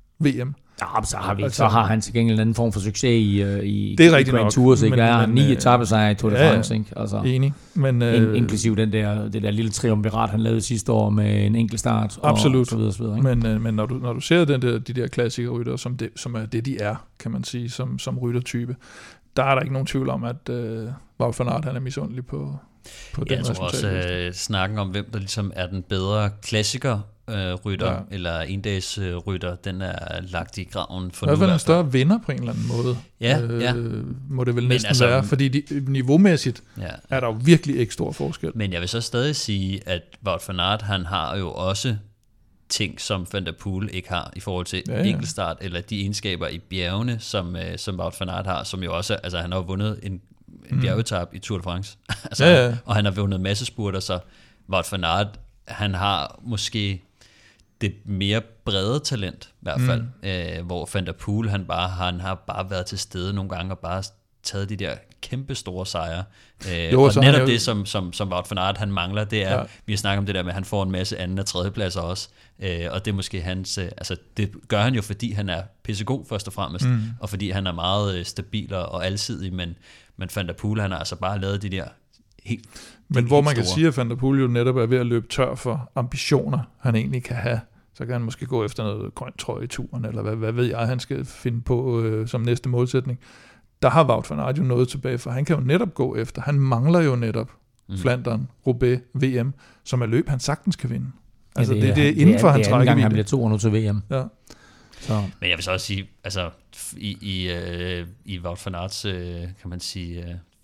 V M. Ja, så har, vi, så har han til gengæld en anden form for succes i, i, det er i Grand Tours, ikke? Der er ni etapesejre i Tour de France, ikke? Altså, enig. Men, in, inklusiv den der, det der lille triumvirat, han lavede sidste år med en enkelt start. Absolut. Og så videre, så videre, ikke? Men, men når, du, når du ser den der, de der klassikerrytter, som, det, som er det, de er, kan man sige, som, som ryttertype, der er der ikke nogen tvivl om, at uh, Wout van Aert, han er misundelig på, på ja, den resultat. Jeg tror også, uh, snakken om, hvem der ligesom er den bedre klassiker, Øh, rytter, ja. eller endags øh, rytter, den er lagt i graven for nu. Hvad er en større vinder på en eller anden måde? Ja, øh, ja. Må det vel næsten altså, være, fordi de, niveaumæssigt ja. er der jo virkelig ikke stor forskel. Men jeg vil så stadig sige, at Wout van Aert, han har jo også ting, som Van der Poel ikke har, i forhold til ja, ja. enkeltstart, eller de egenskaber i bjergene, som, øh, som Wout van Aert har, som jo også, altså han har vundet en, en mm. bjergetap i Tour de France, altså, ja, ja. og han har vundet masse spurter, så Wout van Aert, han har måske det mere brede talent, i hvert fald, mm. øh, hvor Van der Poel, han, bare, han har bare været til stede nogle gange, og bare taget de der kæmpe store sejre. Øh, jo, og netop jo... det, som, som, som Wout van Aert, han mangler, det er, ja. vi snakker om det der med, at han får en masse anden- og tredjepladser også, øh, og det er måske hans, øh, altså det gør han jo, fordi han er pissegod først og fremmest, mm. og fordi han er meget øh, stabil og alsidig, men, men Van der Poel, han har altså bare lavet de der helt Men hvor man store. Kan sige, at Van der Poel jo netop er ved at løbe tør for ambitioner, han egentlig kan have, så kan han måske gå efter noget grønt trøje i turen, eller hvad, hvad ved jeg, han skal finde på øh, som næste målsætning. Der har Wout van Aert jo noget tilbage, for han kan jo netop gå efter. Han mangler jo netop mm. Flandern, Roubaix, V M, som er løb, han sagtens kan vinde. Altså ja, det, det, det er inden for hans rækkevidde. Det er anden gang, han bliver to nu til V M. Ja. Så. Men jeg vil så også sige, altså i, i, øh, i Wout van Aerts, øh, kan man sige, øh,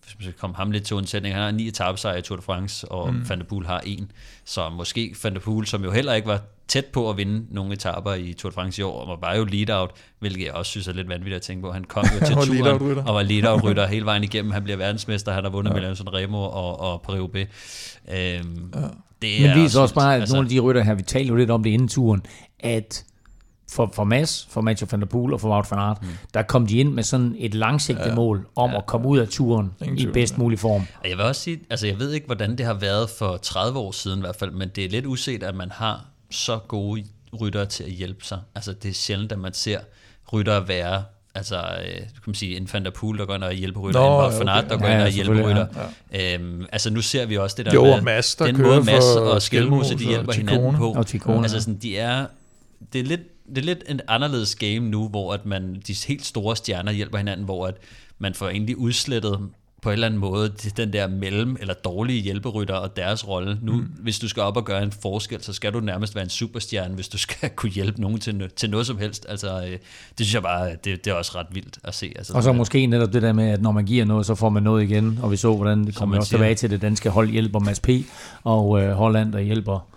hvis man skal komme ham lidt til undsætning, han har ni etapesejre i Tour de France, og mm. Van der Poel har en. Så måske Van der Poel, som jo heller ikke var tæt på at vinde nogle etaper i Tour de France i år, og var jo lead-out, hvilket jeg også synes er lidt vanvittigt at tænke på. Han kom jo til turen, og var lead-out-rytter hele vejen igennem. Han bliver verdensmester, han har vundet ja. Milano-San Remo og, og Paris-Roubaix. Øhm, ja. Det Men viser også bare, at altså, nogle af de rytter her, vi talte jo lidt om det inden turen, at for, for Mads, for Mathieu van der Poel og for Wout van Aert, mm. der kom de ind med sådan et langsigtet ja. mål om ja. at komme ud af turen Ingen i tur, bedst ja. mulig form. Og jeg vil også sige, altså jeg ved ikke, hvordan det har været for tredive år siden i hvert fald, men det er lidt uset, at man har så gode ryttere til at hjælpe sig. Altså det er sjældent, at man ser ryttere være, altså øh, kan man sige, en Van der Poel, der går ind og hjælper rytter, en Wout van Aert, der går ind og hjælper rytter. Ja. Øhm, altså nu ser vi også det der jo, med, Mads, der den måde Mads og Skelmose, de hjælper hinanden på. Og Ticone, altså sådan, de er, det er lidt det er lidt en anderledes game nu, hvor at man, de helt store stjerner hjælper hinanden, hvor at man får egentlig udslettet på en eller anden måde den der mellem- eller dårlige hjælperytter og deres rolle. Nu, mm. hvis du skal op og gøre en forskel, så skal du nærmest være en superstjerne, hvis du skal kunne hjælpe nogen til, til noget som helst. Altså, øh, det synes jeg bare, det, det er også ret vildt at se. Altså, og så måske netop det der med, at når man giver noget, så får man noget igen, og vi så, hvordan det kommer også tilbage til det danske hold hjælper Mads P. og øh, Holland, der hjælper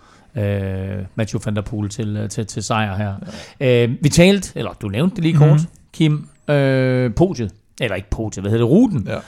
Uh, Mathieu van der Poel til, til, til sejr her. Ja. Uh, vi talte, eller du nævnte det lige kort, mm-hmm. Kim, uh, podiet, eller ikke podiet, hvad hedder det, ruten. Ja.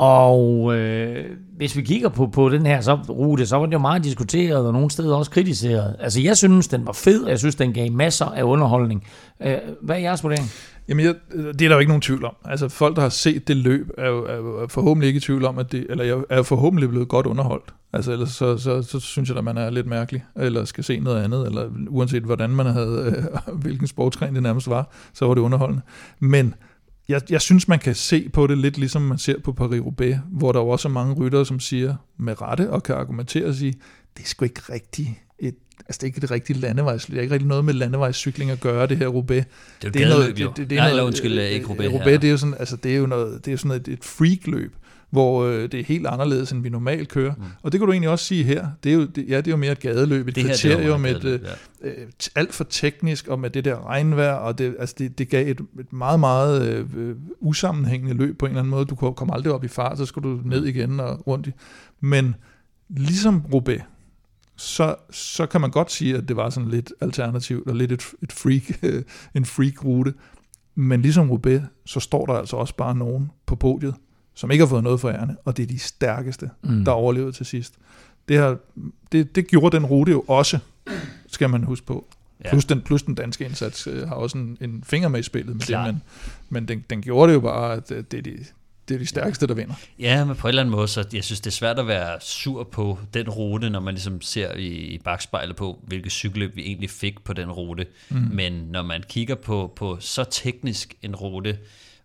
Og uh, hvis vi kigger på, på den her så, rute, så var det jo meget diskuteret, og nogle steder også kritiseret. Altså jeg synes, den var fed, og jeg synes, den gav masser af underholdning. Uh, hvad er jeres vurdering? Jamen, jeg, det er der jo ikke nogen tvivl om. Altså, folk, der har set det løb, er jo, er jo forhåbentlig ikke i tvivl om, at det, eller jeg er jo forhåbentlig blevet godt underholdt. Altså, ellers så, så, så synes jeg, at man er lidt mærkelig, eller skal se noget andet, eller uanset hvordan man havde, øh, hvilken sportsgren det nærmest var, så var det underholdende. Men jeg, jeg synes, man kan se på det lidt ligesom man ser på Paris-Roubaix, hvor der jo også er mange ryttere, som siger med rette og kan argumentere og sige, det er sgu ikke rigtigt et Altså, det er ikke det rigtige landevejs. Det er ikke rigtig noget med landevejscykling at gøre, det her Roubaix. Det er jo det er noget, det, det, det er Nej, noget, undskyld, ikke Roubaix. Roubaix, det er jo sådan, altså, det er jo noget, det er sådan et, et freak-løb, hvor øh, det er helt anderledes, end vi normalt kører. Mm. Og det kan du egentlig også sige her. Det er jo, det, ja, det er jo mere et gadeløb, et det kriterium, et, et, ja. et, alt for teknisk, og med det der regnvejr, og det, altså det, det gav et, et meget, meget øh, usammenhængende løb på en eller anden måde. Du kommer aldrig op i fart, så skal du ned igen og rundt i. Men ligesom Roubaix, Så, så kan man godt sige, at det var sådan lidt alternativt, og lidt et, et freak, en freak-rute. Men ligesom Roubaix, så står der altså også bare nogen på podiet, som ikke har fået noget for ærende, og det er de stærkeste, mm. der overlevede til sidst. Det, her, det, det gjorde den rute jo også, skal man huske på. Ja. Plus, den, plus den danske indsats øh, har også en, en finger med i spillet med det, men, men den, den gjorde det jo bare, at det er de... Det er de stærkeste, der vinder. Ja, men på en eller anden måde, så jeg synes, det er svært at være sur på den rute, når man ligesom ser i, i bagspejlet på, hvilke cykelløb vi egentlig fik på den rute. Mm. Men når man kigger på, på så teknisk en rute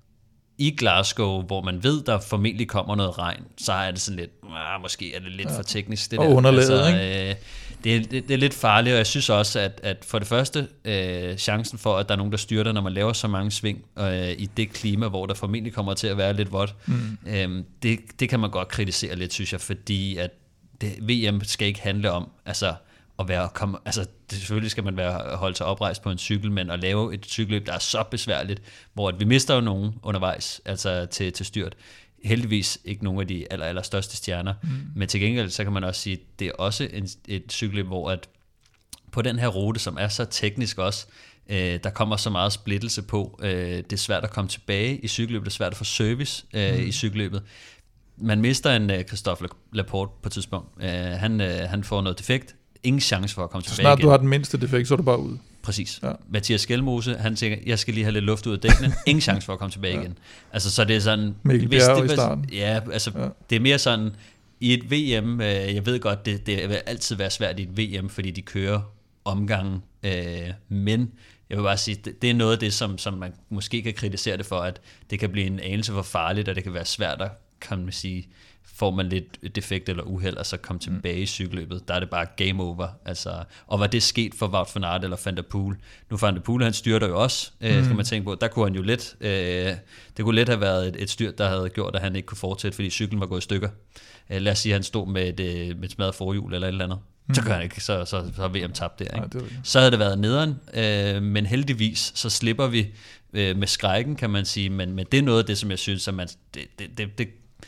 i Glasgow, hvor man ved, der formentlig kommer noget regn, så er det sådan lidt, ah, måske er det lidt ja. for teknisk. Det og der. underlaget, altså, ikke? Øh, det, det, det er lidt farligt, og jeg synes også, at, at for det første, øh, chancen for, at der er nogen, der styrter, når man laver så mange sving øh, i det klima, hvor der formentlig kommer til at være lidt vådt, mm. øh, det, det kan man godt kritisere lidt, synes jeg, fordi at det, V M skal ikke handle om, altså at være, komme, altså det, selvfølgelig skal man være holdt sig oprejst på en cykel, men at lave et cykelløb, der er så besværligt, hvor at vi mister jo nogen undervejs, altså til, til styrt. Heldigvis ikke nogen af de aller, aller største stjerner, mm. men til gengæld så kan man også sige, det er også en, et cykelløb, hvor at på den her rute, som er så teknisk også, øh, der kommer så meget splittelse på, øh, det er svært at komme tilbage i cykelløbet, det er svært at få service øh, mm. i cykelløbet. Man mister en uh, Christophe Laporte på et tidspunkt. Uh, han, uh, han får noget defekt, ingen chance for at komme så tilbage igen. Snart du har den mindste defekt, så er du bare ude. Præcis. Ja. Mathias Skelmose, han tænker, jeg skal lige have lidt luft ud af dækkene. Ingen chance for at komme tilbage ja. igen. Altså, så det er sådan... Mikkel Bjerg i starten. Ja, altså, ja. det er mere sådan, i et V M, øh, jeg ved godt, det, det vil altid være svært i et V M, fordi de kører omgangen, øh, men jeg vil bare sige, det, det er noget af det, som, som man måske kan kritisere det for, at det kan blive en anelse for farligt, og det kan være svært at, kan man sige, får man lidt defekt eller uheld, og så komme tilbage mm. i cykelløbet, der er det bare game over. Altså, og var det sket for Wout van Aert eller Van der Poel? Nu Van der Poel, han styrter jo også, mm. øh, skal man tænke på. Der kunne han jo lidt, øh, det kunne let have været et, et styrt, der havde gjort, at han ikke kunne fortsætte, fordi cyklen var gået i stykker. Øh, lad os sige, at han stod med et, med et smadret forhjul eller et eller andet. Mm. Så kan han ikke, så, så, så har V M tabt der. Ikke? Nej, det så havde det været nederen, øh, men heldigvis, så slipper vi øh, med skrækken, kan man sige, men, men det er noget af det, som jeg synes, at man, det, det, det, det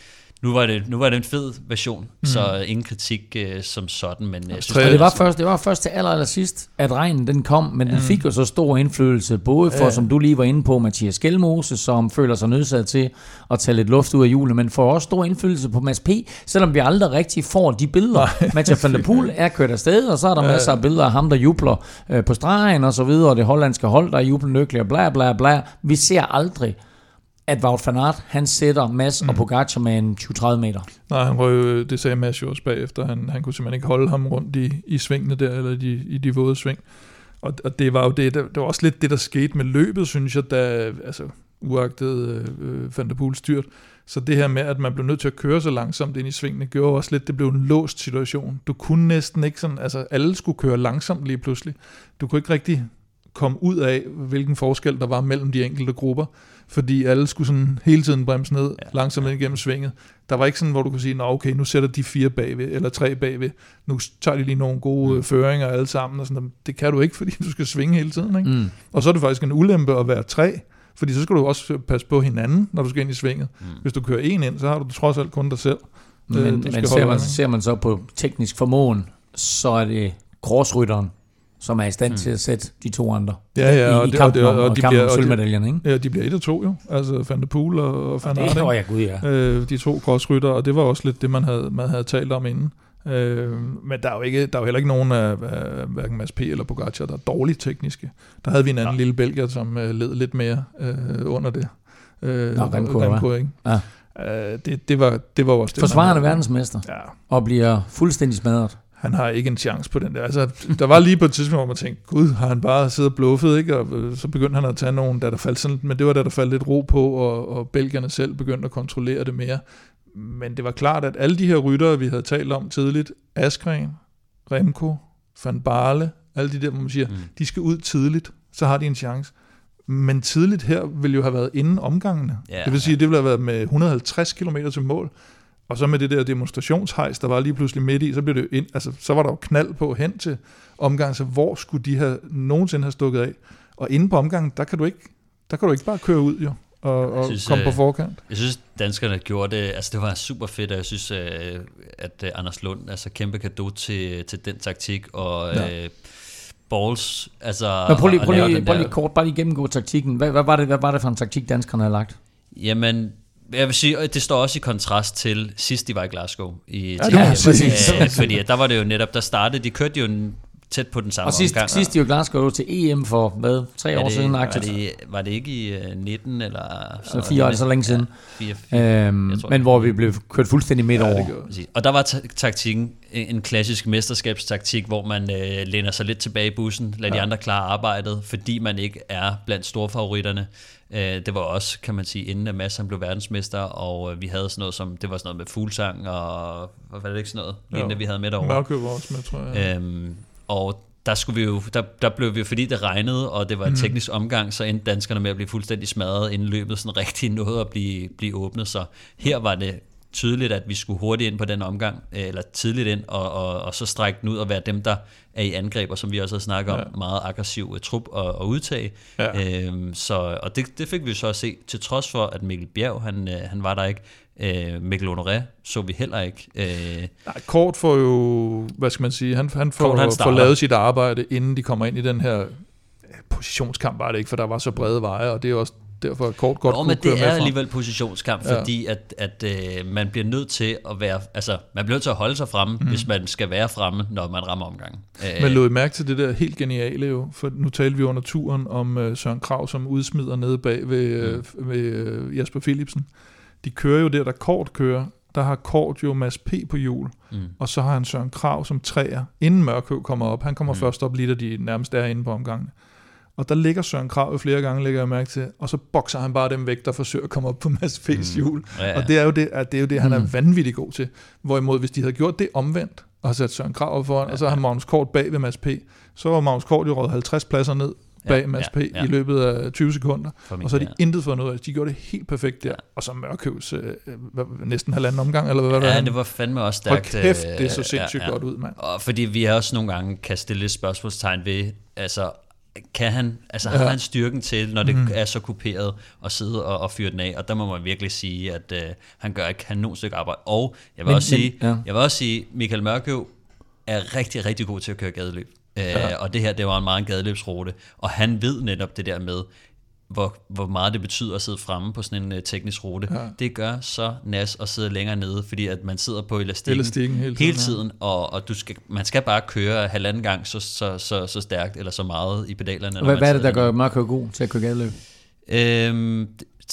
nu var det, nu var det en fed version, mm. så ingen kritik uh, som sådan, men jeg synes, det, det, var først, det var først til aller, aller sidst, at regnen den kom, men den fik jo så stor indflydelse, både for, ja. som du lige var inde på, Mathias Gjelmose, som føler sig nødsaget til at tage lidt luft ud af hjulet, men får også stor indflydelse på Mads P., selvom vi aldrig rigtig får de billeder. Mathieu van der Poel er kørt afsted, og så er der ja. masser af billeder af ham, der jubler øh, på stregen og så videre, og det hollandske hold, der jubler lykkeligt og bla bla bla. Vi ser aldrig, at Wout van Aert, han sætter Mads mm. og Pogacar med en tyve til tredive meter. Nej, han røg, det sagde Mads jo også bagefter, han, han kunne simpelthen ikke holde ham rundt i, i svingene der, eller de, i de våde sving. Og, og det var jo det, det var også lidt det, der skete med løbet, synes jeg, da, altså uagtet øh, Van der Poel styrt. Så det her med, at man blev nødt til at køre så langsomt ind i svingene, gjorde også lidt, det blev en låst situation. Du kunne næsten ikke sådan, altså alle skulle køre langsomt lige pludselig. Du kunne ikke rigtig komme ud af, hvilken forskel der var mellem de enkelte grupper, fordi alle skulle sådan hele tiden bremse ned, ja, langsomt ja. igennem svinget. Der var ikke sådan, hvor du kunne sige, nå okay, nu sætter de fire bagved, eller tre bagved, nu tager de lige nogle gode mm. føringer alle sammen, og sådan. Det kan du ikke, fordi du skal svinge hele tiden, ikke? Mm. Og så er det faktisk en ulempe at være tre, fordi så skal du også passe på hinanden, når du skal ind i svinget. Mm. Hvis du kører en ind, så har du trods alt kun dig selv. Men, øh, men ser, man, ser man så på teknisk formåen, så er det crossrytteren, som er i stand mm. til at sætte de to andre ja, ja, og i, i det, kampen og det, og om de kampen bliver, om sølvmedaljerne, ikke? Ja, de bliver et og to jo. Altså Van der Poel og, og Van Aert. Det var jeg gud, ja. Øh, de to crossrytter, og det var også lidt det, man havde, man havde talt om inden. Øh, men der er, jo ikke, der er jo heller ikke nogen af, af hverken Mads P. eller Pogacar, der er dårligt tekniske. Der havde vi en anden ja. lille belgier, som øh, led lidt mere øh, under det. Øh, Nå, Remco, ikke? Ja. Øh, det, det, var, det var også det. Forsvarende verdensmester, ja. og bliver fuldstændig smadret. Han har ikke en chance på den der. Altså, der var lige på et tidspunkt, hvor man tænkte, gud, har han bare siddet og bluffet, ikke? Og så begyndte han at tage nogen, der der faldt sådan, men det var der, der faldt lidt ro på, og, og belgierne selv begyndte at kontrollere det mere. Men det var klart, at alle de her ryttere, vi havde talt om tidligt, Askren, Remco, Van Baarle, alle de der, hvor man siger, mm. de skal ud tidligt, så har de en chance. Men tidligt her ville jo have været inden omgangene. Yeah, det vil sige, yeah. det ville have været med et hundrede og halvtreds kilometer til mål. Og så med det der demonstrationshejs, der var lige pludselig midt i, så blev det ind, altså så var der jo knald på hen til omgangen, så hvor skulle de have nogensinde have stukket af? Og inde på omgangen, der kan du ikke, der kan du ikke bare køre ud jo, og, og synes, komme på forkant. Jeg synes, danskerne gjorde det, altså det var super fedt, og jeg synes, at Anders Lund, altså kæmpe cadeau til, til den taktik, og ja. øh, balls, altså... Men prøv lige, prøv lige, prøv lige kort, bare lige gennemgå taktikken. Hvad, hvad, var det, hvad var det for en taktik, danskerne havde lagt? Jamen, jeg vil sige, det står også i kontrast til sidst de var i Glasgow i ja, ja, præcis. Æ, fordi der var det jo netop, der startede, de kørte jo en, tæt på den samme og sidst, omgang. Og sidst de var i Glasgow til E M for, hvad, tre år det, siden? Var det, var det ikke i nitten eller... Så fire år, så længe siden. Ja, fire, fire, øhm, tror, men hvor vi blev kørt fuldstændig midt over. Ja, og der var t- taktikken, en klassisk mesterskabstaktik, hvor man øh, læner sig lidt tilbage i bussen, lader ja. de andre klare arbejdet, fordi man ikke er blandt storfavoritterne. Det var også, kan man sige, inden at Mads han blev verdensmester, og vi havde sådan noget som, det var sådan noget med fuglsang, og hvad var det ikke sådan noget, lignende vi havde med derovre. Mørkø var også med, tror jeg. Øhm, og der skulle vi jo, der, der blev vi jo, fordi det regnede, og det var en mm. teknisk omgang, så endte danskerne med at blive fuldstændig smadret, inden løbet sådan rigtig nåede at blive, blive åbnet, så her var det tydeligt, at vi skulle hurtigt ind på den omgang, eller tidligt ind, og, og, og så strække den ud og være dem, der er i angreb, og som vi også har snakket om, ja. meget aggressiv uh, trup og, og udtag. Ja. Øhm, så, og det, det fik vi så at se, til trods for, at Mikkel Bjerg, han, øh, han var der ikke. Øh, Mikkel Honoré så vi heller ikke. Øh, Nej, Kort får jo, hvad skal man sige, han, han får, Kort, han får lavet sit arbejde, inden de kommer ind i den her positionskamp, var det ikke, for der var så brede veje, og det er også derfor Kort godt Nå, men det er alligevel positionskamp, ja. fordi at, at øh, man bliver nødt til at være, altså man bliver nødt til at holde sig fremme, mm. hvis man skal være fremme, når man rammer omgangen. Men lod I mærke til det der helt geniale jo, for nu talte vi under turen om øh, Søren Kragh, som udsmider nede bag ved, øh, mm. ved øh, Jasper Philipsen. De kører jo der, der Kort kører, der har Kort jo Mads P. på hjul, mm. og så har han Søren Kragh som træer, inden Mørkøv kommer op. Han kommer mm. først op lige, da de nærmest er inde på omgangen. Og der ligger Søren Kragh flere gange, lægger jeg mærke til, og så bokser han bare dem væk, der forsøger at komme op på Mads P's hjul. Mm. Ja, ja. Og det er jo det, det, er jo det han mm. er vanvittigt god til. Hvorimod, hvis de havde gjort det omvendt, og har sat Søren Kragh op foran, ja, og så har Magnus Kort bag ved Mads P., så var Magnus Kort jo røget halvtreds pladser ned bag ja, Mads P. Ja, ja. i løbet af tyve sekunder, og så har de ja. intet fået noget af. De gjorde det helt perfekt der, ja. og så Mørkøvs øh, næsten halvanden omgang, eller hvad ja, det det var fandme også stærkt. Hold kæft, det er så sindssygt ja, ja. godt ud, mand. Og fordi vi også nogle gange kan stille et spørgsmålstegn ved, altså kan han, altså Ja. har han styrken til, når det Mm. er så kuperet, at sidde og, og fyre den af, og der må man virkelig sige, at øh, han gør et kanon stykke arbejde. Og jeg vil, Men- også men- sige, ja. jeg vil også sige, Michael Mørkøv er rigtig, rigtig god til at køre gadeløb. Ja. Øh, og det her, det var en meget gadeløbsrute, og han ved netop det der med, hvor, hvor meget det betyder at sidde fremme på sådan en uh, teknisk rute. Ja. Det gør så nas at sidde længere nede, fordi at man sidder på elastikken, Elastikken hele hele tiden, tiden, og, og du skal, man skal bare køre halvanden gang så, så, så, så stærkt, eller så meget i pedalerne. når Hvad, man hvad er det, der sidder gør Mørkøv god til at køre gadeløb? Øhm,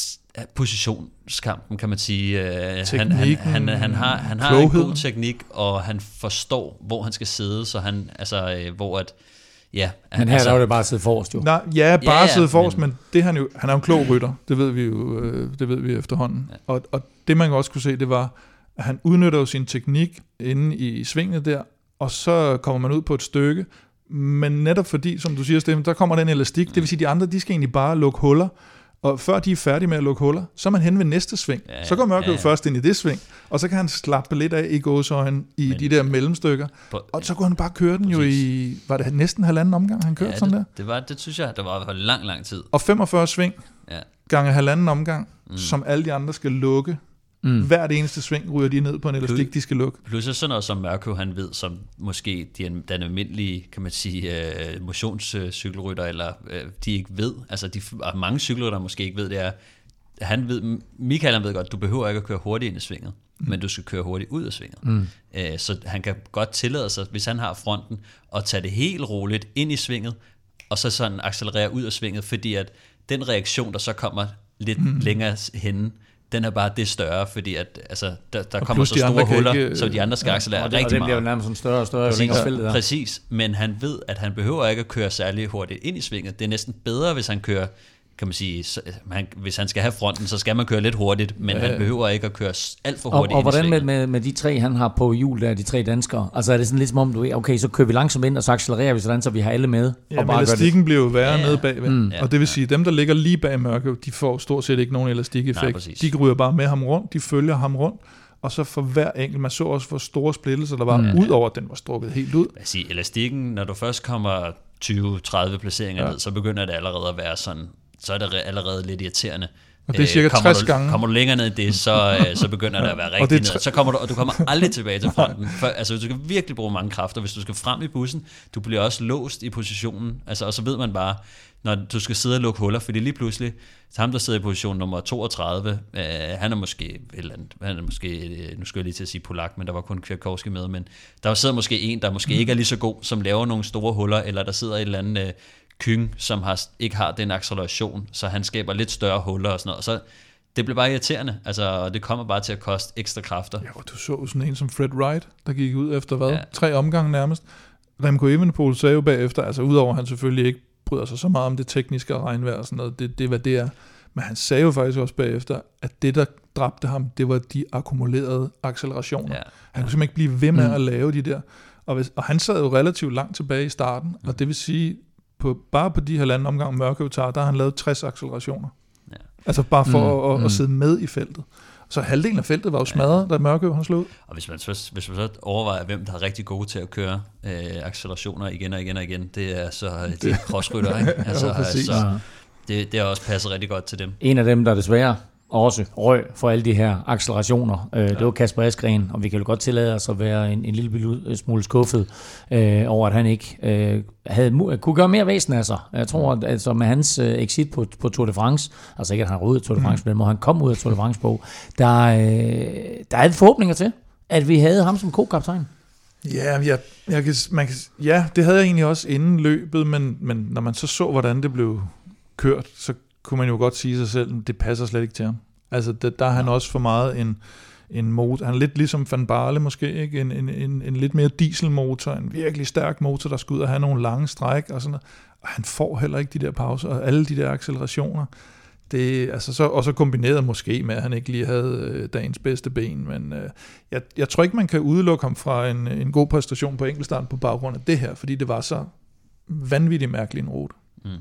positionskampen, kan man sige. Øh, han, han, Teknikken, han, han har, han har en klogheden. god teknik, og han forstår, hvor han skal sidde, så han, altså, øh, hvor at, ja. Men her altså, der var det bare at sidde forrest, jo. Nej, ja, bare Ja, ja, sidde forrest, men- men, men det er han jo, han er jo en klog rytter, det ved vi jo, øh, det ved vi efterhånden. Ja. Og, og det man også kunne se, det var, at han udnytter jo sin teknik inde i svingene der, og så kommer man ud på et stykke, men netop fordi, som du siger, Steffen, der kommer den elastik, det vil sige, de andre, de skal egentlig bare lukke huller, og før de er færdige med at lukke huller, så er man hen ved næste sving. Ja, ja, Så går Mørkøv ja, ja. først ind i det sving, og så kan han slappe lidt af i gåseøjne i Men- de der mellemstykker, på- og så kunne han bare køre den jo Præcis. i, var det næsten halvanden omgang, han kørte ja, sådan der? det, det, var, det synes jeg, der var for lang, lang tid. Og femogfyrre sving Ja. gange halvanden omgang, mm. som alle de andre skal lukke. Mm. Hvert eneste sving ryger de ned på en elastik, de skal lukke. Plus er sådan noget som Mørkøv, han ved, som måske de, den almindelige, kan man sige, øh, motionscykelrytter, eller øh, de ikke ved, altså de, og mange cykelrytter måske ikke ved, det er, han ved, Michael han ved godt, du behøver ikke at køre hurtigt ind i svinget, mm. men du skal køre hurtigt ud af svinget. Mm. Øh, så han kan godt tillade sig, hvis han har fronten, at tage det helt roligt ind i svinget, og så sådan accelerere ud af svinget, fordi at den reaktion, der så kommer lidt mm. længere henne, den er bare det større, fordi at, altså, der, der kommer plus så de andre store kan huller, ikke, så de andre skal ja, accelerere Og, det, og rigtig den bliver jo meget. nærmest sådan større og større, jo Præcis, længere feltet der. præcis, men han ved, at han behøver ikke at køre særlig hurtigt ind i svinget. Det er næsten bedre, hvis han kører, kan man sige, så, han, hvis han skal have fronten, så skal man køre lidt hurtigt, men Ja. han behøver ikke at køre s- alt for Og, hurtigt og ind i hvordan med, svinget. med, med de tre, han har på hjul der, de tre danskere? Altså er det sådan lidt som om, du okay, så kører vi langsomt ind, og så accelererer vi sådan, så vi har alle med. Ja, og men bare gør det. elastikken bliver jo værre Ja, nede bagved. Mm. Og det vil sige, at dem, der ligger lige bag Mørkøv, de får stort set ikke nogen Nej, elastikeffekt. præcis. De ryger bare med ham rundt, de følger ham rundt, og så for hver enkelt, man så også, hvor store splittelser der var, mm. ud over, at den var strukket helt ud. Jeg siger, elastikken, når du først kommer tyve tredive placeringer Ja. ned, så begynder det allerede at være sådan, så er det re- allerede lidt irriterende. Og det er cirka kommer tres du, gange. Kommer du længere ned i det, så, øh, så begynder det at være Og rigtig det er ned. Så kommer du, og du kommer aldrig tilbage til fronten. For, altså, du skal virkelig bruge mange kræfter, hvis du skal frem i bussen. Du bliver også låst i positionen. Altså, og så ved man bare, når du skal sidde og lukke huller, fordi lige pludselig, så ham, der sidder i position nummer toogtredive, øh, han er måske, et eller andet, han er måske, øh, nu skal jeg lige til at sige polak, men der var kun Kwiatkowski med, men der sidder måske en, der måske ikke er lige så god, som laver nogle store huller, eller der sidder et eller andet øh, kyng, som har, ikke har den acceleration, så han skaber lidt større huller og sådan noget, og så det bliver bare irriterende, altså, og det kommer bare til at koste ekstra kræfter. Ja, og du så sådan en som Fred Wright, der gik ud efter hvad? Ja. Ja. Tre omgange nærmest. Remco Evenepoel sagde jo bagefter, altså udover at han selvfølgelig ikke bryder sig så meget om det tekniske og regnvejr og sådan noget, det, det er hvad det er. Men han sagde jo faktisk også bagefter, at det der dræbte ham, det var de akkumulerede accelerationer. Ja. Han kunne simpelthen ikke blive ved med Mm. at lave de der. Og, hvis, og han sad jo relativt langt tilbage i starten, og det vil sige, på, bare på de halvanden omgang Mørkøv tager, der har han lavet tres accelerationer. Ja. Altså bare for Mm, at, at, mm. at sidde med i feltet. Så halvdelen af feltet var jo smadret, da Mørkøv han slog ud. Og hvis man, så, hvis man så overvejer, hvem der er rigtig gode til at køre øh, accelerationer igen og igen og igen, det er så øh, de crossrytter, ikke? Altså, Ja, præcis. så Ja. det, det har også passet rigtig godt til dem. En af dem, der desværre også røg for alle de her accelerationer, øh, det var Kasper Asgreen, og vi kan jo godt tillade os at være en, en lille smule skuffet øh, over, at han ikke øh, havde mu- kunne gøre mere væsen af sig. Jeg tror, at altså, med hans øh, exit på, på Tour de France, altså ikke at han var ude af Tour de France, mm. men han kom ud af Tour de France på, der, øh, der er forhåbninger til, at vi havde ham som co-kaptajn. Ja, jeg, jeg kan, man kan, ja, det havde jeg egentlig også inden løbet, men, men når man så så, hvordan det blev kørt, så kunne man jo godt sige sig selv, at det passer slet ikke til ham. Altså, der, der er han også for meget en, en motor. Han er lidt ligesom Van Baarle måske, ikke? En, en, en, en lidt mere dieselmotor, en virkelig stærk motor, der skal ud og have nogle lange stræk og sådan noget. Og han får heller ikke de der pauser, og alle de der accelerationer. Det, altså så, og så kombineret måske med, at han ikke lige havde øh, dagens bedste ben, men øh, jeg, jeg tror ikke, man kan udelukke ham fra en, en god præstation på enkeltstart på baggrund af det her, fordi det var så vanvittigt mærkelig en rute. Mm.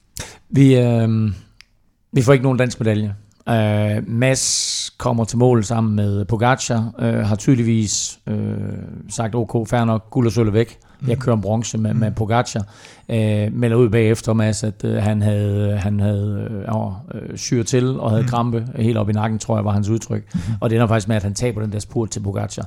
Vi, øh, vi får ikke nogen dansk medalje. Øh, Mads kommer til mål sammen med Pogacar, øh, har tydeligvis øh, sagt, ok, fair nok, guld og sølv væk. jeg kører en bronze med, med Pogacar. Øh, melder ud bagefter, Mads, at øh, han havde, han havde øh, syre til og havde krampe helt op i nakken, tror jeg var hans udtryk. Mm-hmm. Og det ender faktisk med, at han taber den der spurt til Pogacar.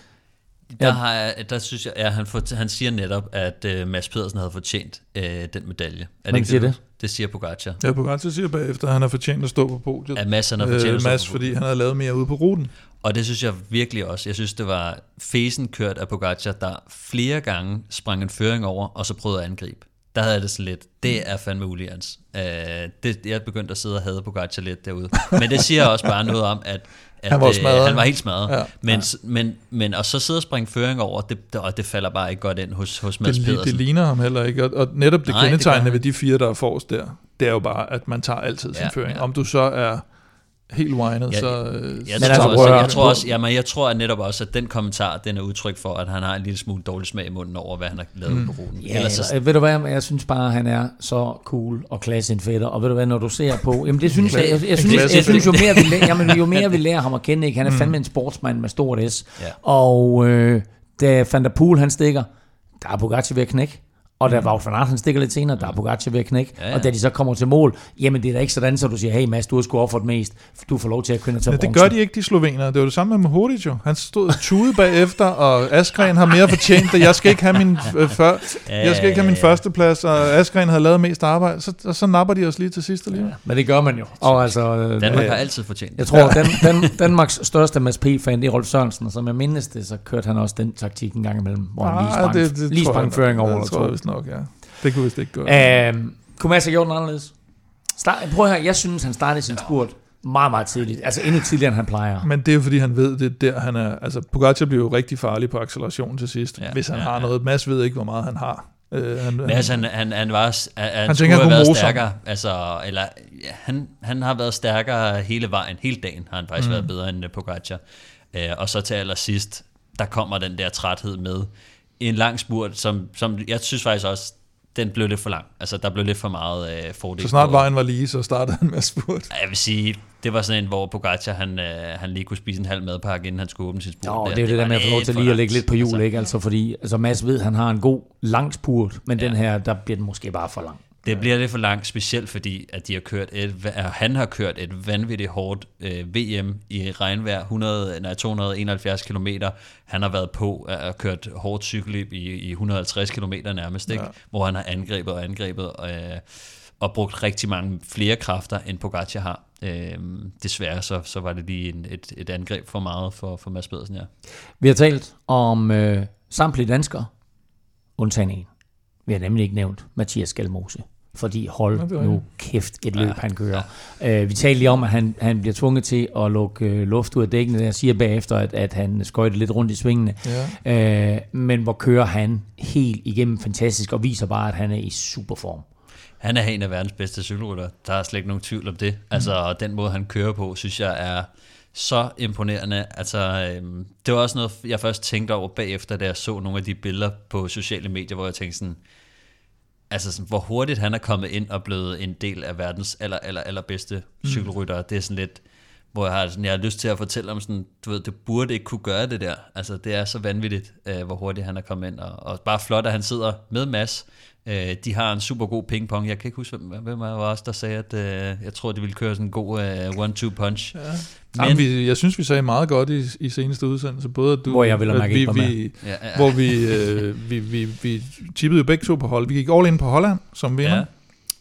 Der, ja. har jeg, der synes jeg, ja, han, for, han siger netop, at uh, Mads Pedersen havde fortjent uh, den medalje. Er det ikke siger det? Det, det siger Pogacar. Ja, Pogacar siger bagefter, at han har fortjent at stå på podiet. At Mads han har fortjent øh, at stå Mads, på podiet. fordi han havde lavet mere ude på ruten. Og det synes jeg virkelig også. Jeg synes, det var fesen kørt af Pogacar, der flere gange sprang en føring over, og så prøvede at angribe. Der havde jeg det så lidt. Det er fandme uligens. Uh, det, jeg begyndte at sidde og hade Pogacar lidt derude. Men det siger også bare noget om, at At, han, var øh, han var helt smadret. Ja. Men, ja. men, men og så sidde og springe føring over, det, og det falder bare ikke godt ind hos, hos Mads det, Pedersen. Det ligner ham heller ikke. Og, og netop det Nej, kendetegnende det ved de fire, der er forrest der, det er jo bare, at man tager altid sin ja, føring. Ja. Om du så er helt whinet, ja, så... Jeg, jeg, tror altså, også, jeg, tror også, jamen, jeg tror at netop også, at den kommentar, den er udtryk for, at han har en lille smule dårlig smag i munden over, hvad han har lavet mm. på ruten. Ja, Ellers, så... ved du hvad, jeg synes bare, at han er så cool og klasse en fætter. Og ved du hvad, når du ser på... Jamen det synes jeg, jeg, jeg, synes, jeg, jeg synes jo mere, vi lærer, jamen, jo mere vi lærer ham at kende, ikke? Han er fandme en sportsmand med stort S. Ja. Og øh, da Van der Poel, han stikker, der er Pogacar ved at knække. Og da Wout van Aert, han stikker lidt senere, der er Pogacar ved at knække. Ja, ja. Og da de så kommer til mål, jamen det er da ikke sådan, så du siger, hey Mads, du har sgu offeret mest, du får lov til at kunne tage bronzen. Det gør de ikke, de slovenere. Det var det samme med Mohoric jo. Han stod og tude bagefter, og Askren har mere fortjent det. Jeg skal ikke have min, øh, før, jeg skal ikke have min første plads, og Askren havde lavet mest arbejde. Så, og så napper de os lige til sidst alligevel. Ja, men det gør man jo. Og altså, øh, Danmark har altid fortjent. Jeg tror, ja. Dan, Dan, Danmarks største Mads P-fan, det er Rolf Sørensen, og som jeg mindes det, så kørte han også den taktik en gang imellem, hvor han lige sprang, det, det lige sprang føring over. Det tror jeg vist nok, ja. Det kunne vist ikke gå. Øhm, kunne Mads have gjort den anderledes? Start, prøv at høre, jeg synes, han startede sin spurt meget, meget tidligt. Altså endnu tidligere, end han plejer. Men det er jo fordi, han ved, det er der, han er... Altså, Pogacar bliver jo rigtig farlig på acceleration til sidst, ja, hvis han ja, har ja. noget. Mads ved ikke, hvor meget han har. Øh, han, Men altså, han, han, han var... Han, han tænker, han kunne have været moser. stærkere. Altså, eller, ja, han, han har været stærkere hele vejen. Hele dagen har han faktisk mm. været bedre end Pogacar. Øh, og så til allersidst, der kommer den der træthed med. En lang spurt, som, som jeg synes faktisk også, den blev lidt for lang. Altså, der blev lidt for meget øh, fordel. Så snart vejen var lige, så startede han med at spurt. Jeg vil sige, det var sådan en, hvor Pogacar, han, øh, han lige kunne spise en halv madpakke, inden han skulle åbne sin spurt. Jo, der. det er jo det, det der med at få lov til lige at lægge lidt på hjul, altså, ikke? Altså, fordi altså, Mads ved, han har en god, lang spurt, men ja. den her, der bliver den måske bare for lang. Det bliver lidt for langt, specielt fordi, at de har kørt et, han har kørt et vanvittigt hårdt øh, V M i regnvejr, hundrede, nej, to hundrede og enoghalvfjerds kilometer. Han har været på at kørt hårdt cykelløb i, i et hundrede og halvtreds kilometer nærmest, ikke? Ja. Hvor han har angrebet og angrebet øh, og brugt rigtig mange flere kræfter, end Pogacar har. Øh, desværre så, så var det lige en, et, et angreb for meget for, for Mads Pedersen, ja. Vi har talt om øh, samtlige danskere, undtagen en. Vi har nemlig ikke nævnt Mathias Skelmose, fordi hold ja, nu kæft et løb, ja, han kører. Ja. Uh, vi talte lige om, at han, han bliver tvunget til at lukke uh, luft ud af dækkene. Jeg siger bagefter, at, at han skøjter lidt rundt i svingene. Ja. Uh, men hvor kører han helt igennem fantastisk, og viser bare, at han er i superform. Han er en af verdens bedste cykelrytter. Der er slet ikke nogen tvivl om det. Mm. Altså, den måde, han kører på, synes jeg er så imponerende. Altså, øhm, det var også noget, jeg først tænkte over bagefter, da jeg så nogle af de billeder på sociale medier, hvor jeg tænkte sådan, altså sådan, hvor hurtigt han er kommet ind og blevet en del af verdens aller, aller, aller bedste cykelrytter. Mm. Det er sådan lidt, hvor jeg har, sådan, jeg har lyst til at fortælle om sådan, du ved, det burde ikke kunne gøre det der. Altså, det er så vanvittigt, øh, hvor hurtigt han er kommet ind. Og, og bare flot, at han sidder med Mads. Øh, de har en super god pingpong. Jeg kan ikke huske, hvem, hvem var også, der sagde, at øh, jeg tror, de ville køre sådan en god øh, one-two punch. Ja. Men, Jamen, vi, jeg synes, vi sagde meget godt i, i seneste udsendelse, både at du... Hvor jeg ville mærke vi, ikke vi, ja, ja. Hvor vi, øh, vi, vi, vi tippede jo begge to på hold. Vi gik all in på Holland som vinder. Ja.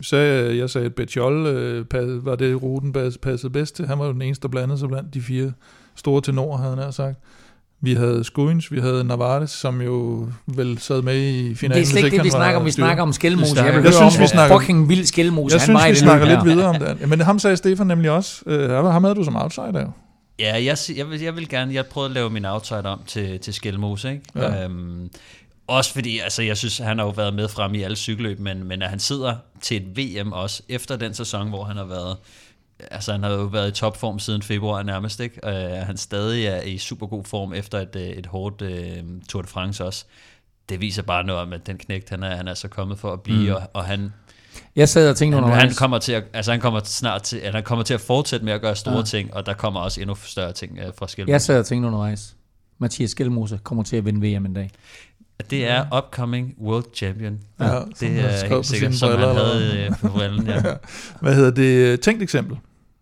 Så jeg sagde, at Betjol øh, var det, ruten passede bedst til. Han var jo den eneste, der blandede sig blandt de fire store tenorer, havde han sagt. Vi havde Skuins, vi havde Navarres, som jo vel sad med i finalen. Det er slet ikke det, vi snakker om. Vi snakker om Skelmose. Jeg vil jeg høre synes, om vi snakker, fucking vild Skelmose. Jeg synes, vi snakker lidt videre om det. Men ham sagde Stefan nemlig også. Uh, ham havde du som outsider jo. Ja, jeg, jeg, vil, jeg vil gerne, jeg prøvede at lave min outsider om til, til Skelmose, ikke? Ja. Øhm, også fordi, altså jeg synes, han har jo været med frem i alle cykelløb, men, men at han sidder til et V M også, efter den sæson, hvor han har været, altså han har jo været i topform siden februar nærmest, ikke? Og uh, han stadig er i super god form efter et, et hårdt uh, Tour de France også. Det viser bare noget om, at den knægt, han er, han er så kommet for at blive, mm. og, og han... Jeg sad og tænkte han, undervejs. Han kommer til at, altså han kommer snart til, at han kommer til at fortsætte med at gøre store ja. ting, og der kommer også endnu større ting uh, fra Skelmose. Jeg sad og tænkte undervejs. Mathias Skelmose kommer til at vinde V M en dag. Det er upcoming world champion. Ja, ja, det er helt sikkert, som han havde øh, på brillen. Ja. Hvad hedder det? Tænkt eksempel.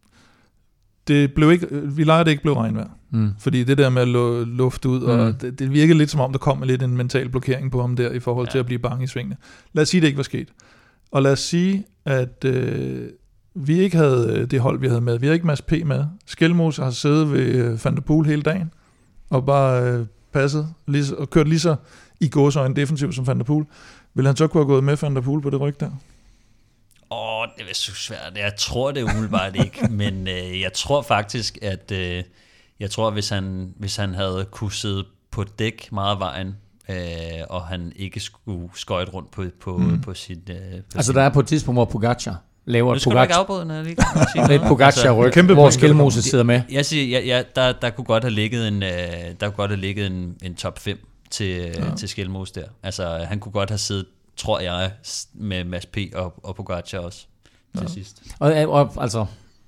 Det blev ikke, vi leger det ikke blev regnvejr. Mm. Fordi det der med at lufte ud, mm. og det, det virkede lidt som om, der kom lidt en mental blokering på ham der, i forhold ja. til at blive bange i svingene. Lad os sige, det ikke var sket. Og lad os sige, at øh, vi ikke havde det hold, vi havde med. Vi havde ikke Mads P. med. Skelmose har siddet ved Van der Poel hele dagen, og bare øh, passet, lige, og kørt lige så i gåseøjne defensivt som Van der Poel. Vil han så kunne have gået med Van der Poel på det ryg der? Åh, oh, det er så svært. Jeg tror det umiddelbart ikke, men øh, jeg tror faktisk, at øh, jeg tror, hvis han, hvis han havde kunne sidde på dæk meget af vejen, øh, og han ikke skulle skøjte rundt på, på, mm. på sit... Øh, på altså sin... der er på et tidspunkt, hvor Pogacar laver et Pogacar, Pogacar-ryg, altså, hvor Skelmose sidder med. Jeg siger, ja, ja, der, der kunne godt have ligget en, øh, der kunne godt have ligget en, en top fem til, ja. til Skelmose der. Altså han kunne godt have siddet, tror jeg, med Mads P. og, og Pogacar også ja. til sidst. Og, og altså,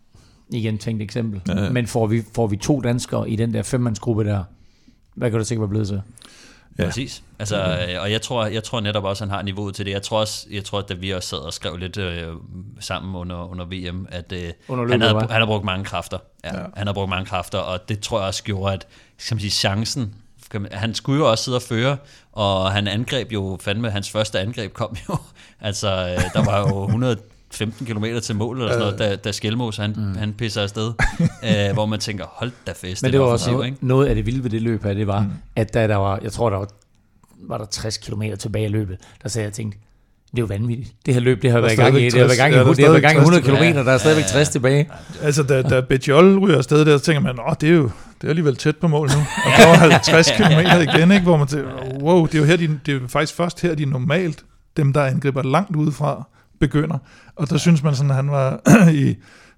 igen tænkt eksempel, ja, ja. men får vi, får vi to danskere i den der femmandsgruppe der, hvad kan du sikkert være blevet til? Ja. Præcis. Altså, og jeg tror, jeg tror netop også, han har niveauet til det. Jeg tror også, jeg tror, at da vi også sad og skrev lidt øh, sammen under, under V M, at øh, under løbet, han, havde, han har brugt mange kræfter. Ja, ja. Han har brugt mange kræfter, og det tror jeg også gjorde, at skal man sige, chancen, han skulle jo også sidde og føre, og han angreb jo, fandme, hans første angreb kom jo, altså, øh, der var jo et hundrede og femten kilometer til mål, eller sådan noget, da, da Skelmose, han, mm. han pisser afsted, øh, hvor man tænker, hold da fest. Men det var også noget, noget af det vilde ved det løb her, det var, mm. at da der var, jeg tror, der var, var der tres kilometer tilbage i løbet, der sagde jeg, tænkte, det er jo vanvittigt. Det her løb, det har været i gang i, det har været gang i, ja, det har været gang i hundrede kilometer, der er stadigvæk tres tilbage. Altså, da, da Betjol ryger afsted der, så tænker man, åh, det er jo det er alligevel tæt på mål nu. Og der var halvtreds kilometer igen, ikke, hvor man tænker, wow, det er jo her, de, det er faktisk først her, de normalt, dem der angriber langt udefra, begynder. Og der ja. synes man sådan, at han var i,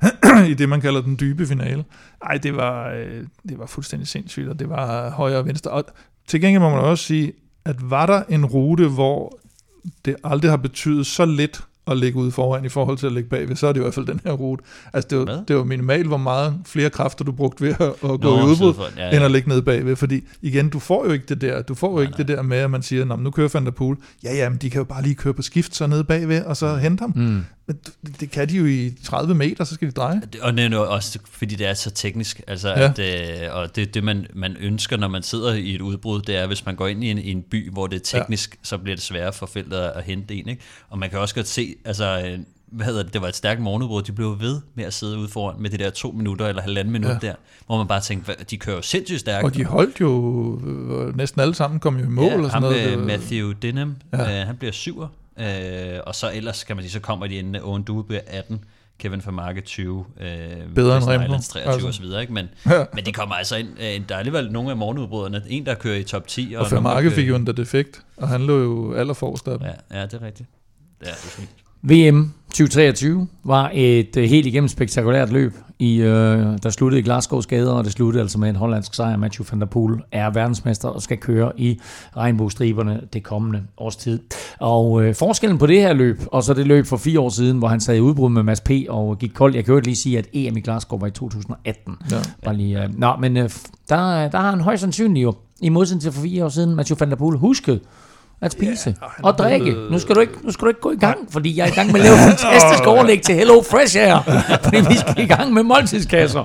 i det, man kalder den dybe finale. Ej, det var, det var fuldstændig sindssygt, og det var højre og venstre. Og til gengæld må man også sige, at var der en rute, hvor det aldrig har betydet så lidt at ligge ude foran i forhold til at ligge bagved, så er det i hvert fald den her rute. Altså det var, det var minimalt, hvor meget flere kræfter du brugte ved at, at gå Nå, i udbrud, ja, ja. end at ligge nede bagved. Fordi igen, du får jo ikke det der, du får jo nej, ikke nej. det der med, at man siger, nå, nu kører Van der Poel. Ja, ja, men de kan jo bare lige køre på skift så nede bagved, og så hente ham. Mm. Men det kan de jo i tredive meter, så skal de dreje. Og det er jo også, fordi det er så teknisk. Altså, ja. at, øh, og det det, man, man ønsker, når man sidder i et udbrud, det er, hvis man går ind i en, i en by, hvor det er teknisk, ja. så bliver det sværere for feltet at hente en. Ikke? Og man kan også godt se, altså, hvad hedder det, det var et stærkt morgenudbrud, de blev ved med at sidde ude foran med det der to minutter eller halvanden minut ja. der, hvor man bare tænkte, de kører jo sindssygt stærkt. Og de holdt jo, næsten alle sammen kom jo i mål. Ja, og sådan noget. Ham Matthew Denham, ja. øh, han bliver syver. Øh, og så ellers kan man sige, så kommer de ind, Owen Doupe bliver atten, Kevin Vermaerke tyve, øh, bedre end Remco, treogtyve altså. og så videre, ikke? Men, ja. men de kommer altså ind, øh, der er alligevel nogle af morgenudbryderne, en der kører i top ti. Og, og Vermaerke kører... fik jo en der defekt, og han lå jo allerforrest af dem. Ja, ja, det er rigtigt. Ja, det er fint. V M tyve treogtyve var et uh, helt igennem spektakulært løb, i, uh, der sluttede i Glasgows gader, og det sluttede altså med en hollandsk sejr. Mathieu van der Poel er verdensmester og skal køre i regnbuestriberne det kommende års tid. Og uh, forskellen på det her løb, og så det løb for fire år siden, hvor han sad i udbrud med Mads P. og gik kold, jeg kan jo lige sige, at E M i Glasgow var i to tusind atten. Ja. Bare lige, uh, nå, men uh, der, der har han højst sandsynligt jo, i modsætning til for fire år siden, Mathieu van der Poel husket at spise yeah, og drikke. Nu skal, du ikke, nu skal du ikke gå i gang, fordi jeg er i gang med at lave fantastisk overlæg til Hello Fresh her, fordi vi skal i gang med måltidskasser.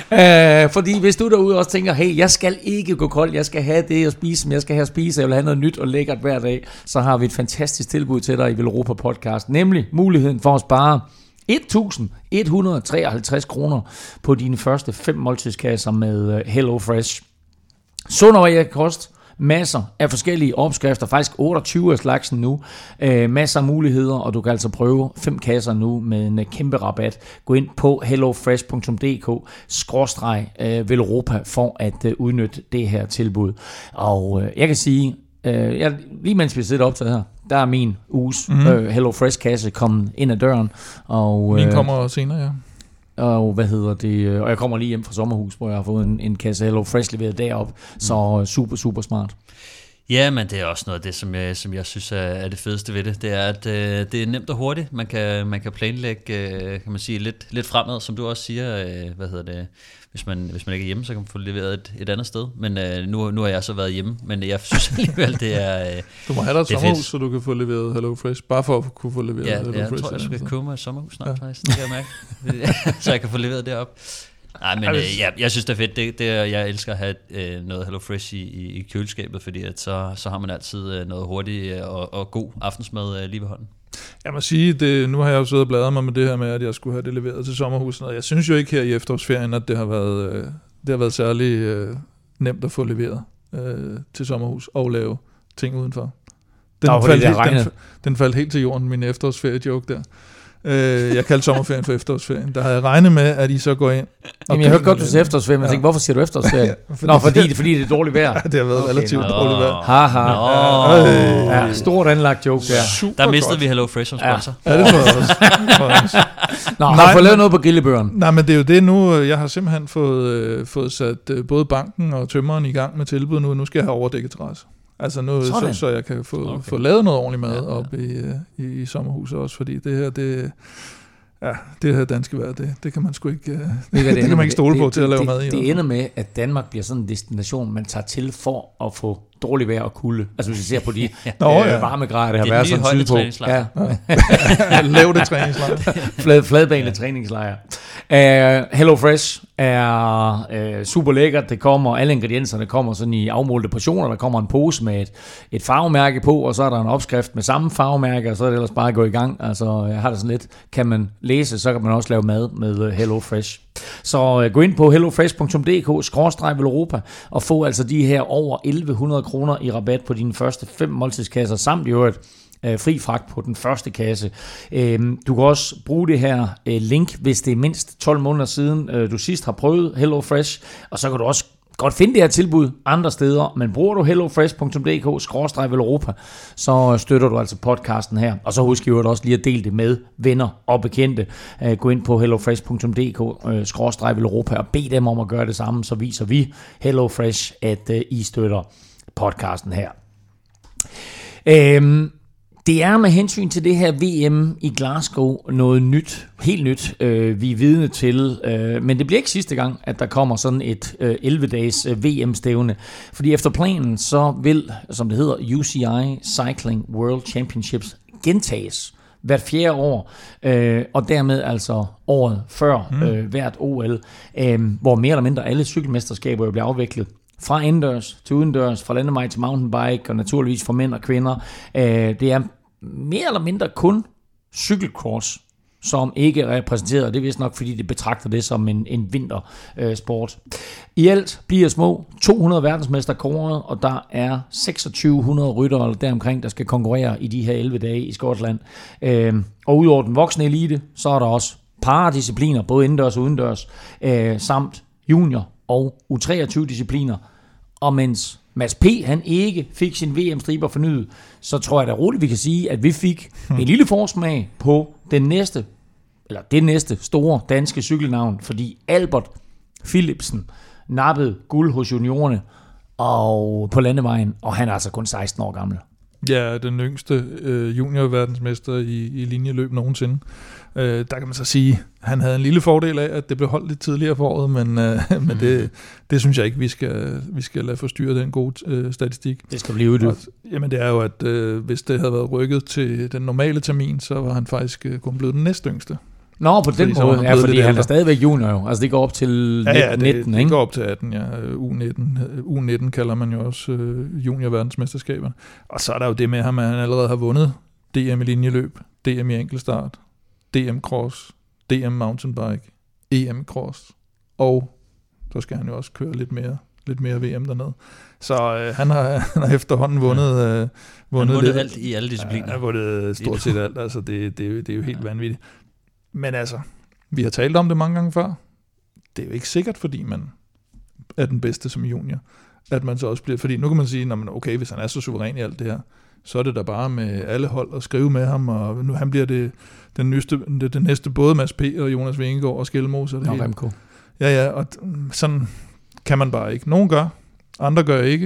Uh, fordi hvis du derude også tænker, hey, jeg skal ikke gå kold, jeg skal have det at spise, som jeg skal have at spise, jeg vil have noget nyt og lækkert hver dag, så har vi et fantastisk tilbud til dig i Velropa Podcast, nemlig muligheden for at spare et tusind et hundrede og treoghalvtreds kroner på dine første fem måltidskasser med Hello Fresh. Sund og varieret kost, masser af forskellige opskrifter, faktisk otteogtyve af slagsen nu, øh, masser af muligheder, og du kan altså prøve fem kasser nu med en kæmpe rabat. Gå ind på hellofresh punktum d k skråstreg Velropa for at øh, udnytte det her tilbud. Og øh, jeg kan sige, øh, jeg, lige mens vi sidder op til her, der er min uges mm-hmm. øh, Hello Fresh kasse kommet ind ad døren. Og, min kommer øh, senere, ja. Og hvad hedder det? Og jeg kommer lige hjem fra sommerhus, hvor jeg har fået en, en kasse Hello Fresh leveret derop. Mm. Så super, super smart. Ja, men det er også noget af det, som jeg, som jeg synes er, er det fedeste ved det. Det er, at øh, det er nemt og hurtigt. Man kan, man kan planlægge, øh, kan man sige, lidt, lidt fremad, som du også siger. Øh, hvad hedder det? Hvis man, hvis man ikke er hjemme, så kan man få leveret et, et andet sted. Men øh, nu, nu har jeg så været hjemme, men jeg synes alligevel, det er øh, du må have dig et sommerhus, så du kan få leveret HelloFresh, bare for at kunne få leveret ja, HelloFresh. Ja, jeg tror, jeg skal købe mig et sommerhus snart, ja. faktisk, det kan jeg mærke. Så jeg kan få leveret det op. Nej, men øh, ja, jeg synes det er fedt. Det, det er, jeg elsker at have øh, noget HelloFresh i, i, i køleskabet, fordi at så, så har man altid øh, noget hurtigt øh, og, og god aftensmad øh, lige ved hånden. Jeg må sige, det, nu har jeg jo siddet og bladret mig med det her med, at jeg skulle have det leveret til sommerhuset. Jeg synes jo ikke her i efterårsferien, at det har været, øh, det har været særlig øh, nemt at få leveret øh, til sommerhus og lave ting udenfor. Den, Nå, faldt, helt, den, den faldt helt til jorden, min efterårsferie-joke der. Øh, jeg kaldte sommerferien for efterårsferien. Der havde jeg regnet med, at I så går ind. Jamen, jeg hørte godt, du siger efterårsferie, men jeg tænkte, hvorfor siger du efterårsferie? ja, fordi Nå, fordi det, fordi det er dårligt vejr. Ja, det har været okay, relativt dårligt vejr. Haha. Ja, ja, stort anlagt joke der. Super der mistede godt. Vi HelloFresh som sponsor. Ja, ja det tror jeg også. Nå, har du fået lavet noget på grillebøren? Nej, men det er jo det nu. Jeg har simpelthen fået, øh, fået sat øh, både banken og tømmeren i gang med tilbud nu. Nu skal jeg have overdækket terrasse. Altså nu, så, så jeg kan få, okay. få lavet noget ordentligt mad ja, ja. op i, i, i sommerhuset også, fordi det her, det, ja, det her danske vejr, det, det kan man sgu ikke, det, det, det kan man ikke stole det, på det, til at lave det, mad i. Det ender med, at Danmark bliver sådan en destination, man tager til for at få dårligt vejr og kulde. Altså hvis vi ser på de Nå, ja. øh, varmegrader, det har været sådan sydpå. Ja. ja. Lav det træningslejr. Flad, fladbane træningslejr. Uh, HelloFresh er uh, super lækkert. Det kommer, alle ingredienserne kommer sådan i afmålte portioner. Der kommer en pose med et, et farvemærke på, og så er der en opskrift med samme farvemærke, og så er det ellers bare at gå i gang. Altså jeg har det sådan lidt, kan man læse, så kan man også lave mad med uh, HelloFresh. Så uh, gå ind på hellofresh punktum d k skråstreg Europa og få altså de her over elleve hundrede kroner i rabat på dine første fem måltidskasser, samt i øvrigt øh, fri fragt på den første kasse. Øh, du kan også bruge det her øh, link, hvis det er mindst tolv måneder siden, øh, du sidst har prøvet HelloFresh, og så kan du også godt finde det her tilbud andre steder, men bruger du hellofresh punktum d k skråstreg Europa, så støtter du altså podcasten her. Og så husk jo også lige at dele det med venner og bekendte. Gå ind på hellofresh punktum d k skråstreg Europa og bed dem om at gøre det samme, så viser vi HelloFresh, at I støtter podcasten her. Øhm, det er med hensyn til det her V M i Glasgow noget nyt, helt nyt, øh, vi er vidne til, øh, men det bliver ikke sidste gang, at der kommer sådan et øh, elleve-dages øh, V M-stævne, fordi efter planen så vil, som det hedder, U C I Cycling World Championships gentages hvert fjerde år, øh, og dermed altså året før mm. øh, hvert O L, øh, hvor mere eller mindre alle cykelmesterskaber jo bliver afviklet. Fra indendørs til udendørs, fra landevej til mountainbike, og naturligvis for mænd og kvinder. Det er mere eller mindre kun cykelcross, som ikke er repræsenteret, og det er vist nok, fordi det betragter det som en, en vintersport. I alt bliver små to hundrede verdensmester kåret, og der er seksogtyve hundrede ryttere deromkring, der skal konkurrere i de her elleve dage i Skotland. Og udover den voksne elite, så er der også paradiscipliner, både indendørs og udendørs, samt junior og U treogtyve discipliner, og mens Mads P. han ikke fik sin V M-striber fornyet, så tror jeg da roligt, vi kan sige, at vi fik hmm. en lille forsmag på den næste, eller det næste store danske cykelnavn, fordi Albert Philipsen nappede guld hos juniorerne og på landevejen, og han er altså kun seksten år gammel. Ja, den yngste øh, junior-verdensmester i, i linjeløb nogensinde. Øh, der kan man så sige, at han havde en lille fordel af, at det blev holdt lidt tidligere for året, men, øh, mm. men det, det synes jeg ikke, vi skal, vi skal lade forstyrre den gode øh, statistik. Det skal blive uddybet. Jamen det er jo, at øh, hvis det havde været rykket til den normale termin, så var han faktisk øh, kun blevet den næstyngste. Nå, på den måde, ja, fordi han er stadigvæk junior jo. Altså det går op til ja, ja, det, nitten, det ikke? går op til atten, ja. U nitten, U nitten kalder man jo også uh, junior-verdensmesterskaberne. Og så er der jo det med ham, at han allerede har vundet D M i linjeløb, D M i enkeltstart, D M cross, D M mountainbike, E M cross, og så skal han jo også køre lidt mere, lidt mere V M dernede. Så uh, han, har, han har efterhånden vundet... Uh, vundet, vundet lidt, alt i alle discipliner. Han har vundet stort set alt, altså det, det, det er jo helt vanvittigt. Men altså, vi har talt om det mange gange før. Det er jo ikke sikkert, fordi man er den bedste som junior, at man så også bliver... Fordi nu kan man sige, okay, hvis han er så suveræn i alt det her, så er det da bare med alle hold at skrive med ham, og nu han bliver det den, nyeste, det, det næste både Mads P. og Jonas Vingegaard og Skelmose. Og det Remco. Ja, ja, og sådan kan man bare ikke. Nogen gør, andre gør ikke.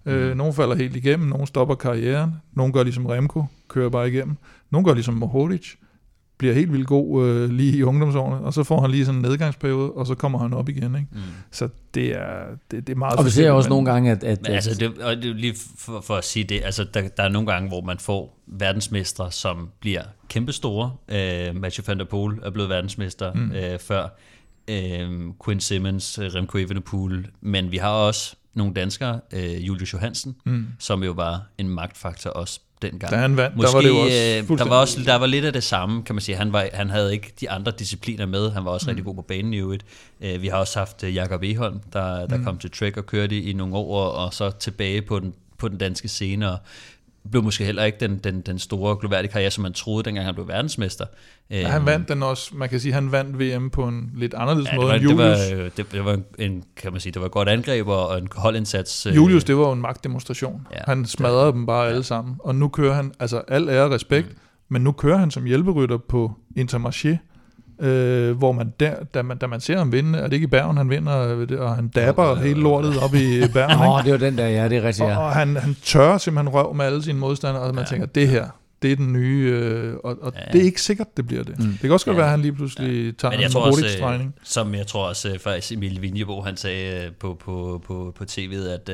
Øh, nogle falder helt igennem, nogle stopper karrieren, nogle gør ligesom Remco, kører bare igennem, nogle gør ligesom Mohoric, bliver helt vildt god øh, lige i ungdomsårene, og så får han lige sådan en nedgangsperiode, og så kommer han op igen. Ikke? Mm. Så det er, det, det er meget... Og vi ser også nogle gange, at... at men altså, det, og det er lige for, for at sige det, altså, der, der er nogle gange, hvor man får verdensmestre, som bliver kæmpestore. Øh, Mathieu van der Poel er blevet verdensmester mm. øh, før. Øh, Quinn Simmons, Remco Evenepoel, men vi har også nogle danskere, øh, Julius Johansen, mm. som jo var en magtfaktor også dengang. Da han vandt, Måske, der var det jo også der var også der var lidt af det samme, kan man sige. Han var han havde ikke de andre discipliner med. Han var også mm. rigtig god på banen i øvrigt. Vi har også haft Jakob Egholm, der der mm. kom til Trek og kørte i nogle år, og så tilbage på den på den danske scene, og blev måske heller ikke den, den, den store globale karriere, som man troede, dengang han blev verdensmester. Ja, han vandt den også, man kan sige, han vandt V M på en lidt anderledes ja, måde var, end Julius. Det var, det, det var en, kan man sige, det var et godt angreb og en holdindsats. Julius, det var jo en magtdemonstration. Ja, han smadrede det, dem bare ja. alle sammen, og nu kører han, altså al ære og respekt, mm. men nu kører han som hjælperytter på Intermarché, Øh, hvor man der, da man, da man ser ham vinde, er det ikke i Bergen, han vinder, og han dabber oh, hele lortet op i Bergen. Åh, oh, det var den der, ja, det er rigtigt, ja. Og, og han, han tør simpelthen røv med alle sine modstandere, og man ja. tænker, det her, det er den nye, øh, og, og ja. det er ikke sikkert, det bliver det. Mm. Det kan også godt ja. være, at han lige pludselig ja. tager en Rolex-stregning. Som jeg tror også, faktisk Emil Vinjebo, han sagde på, på, på, på tv'et, at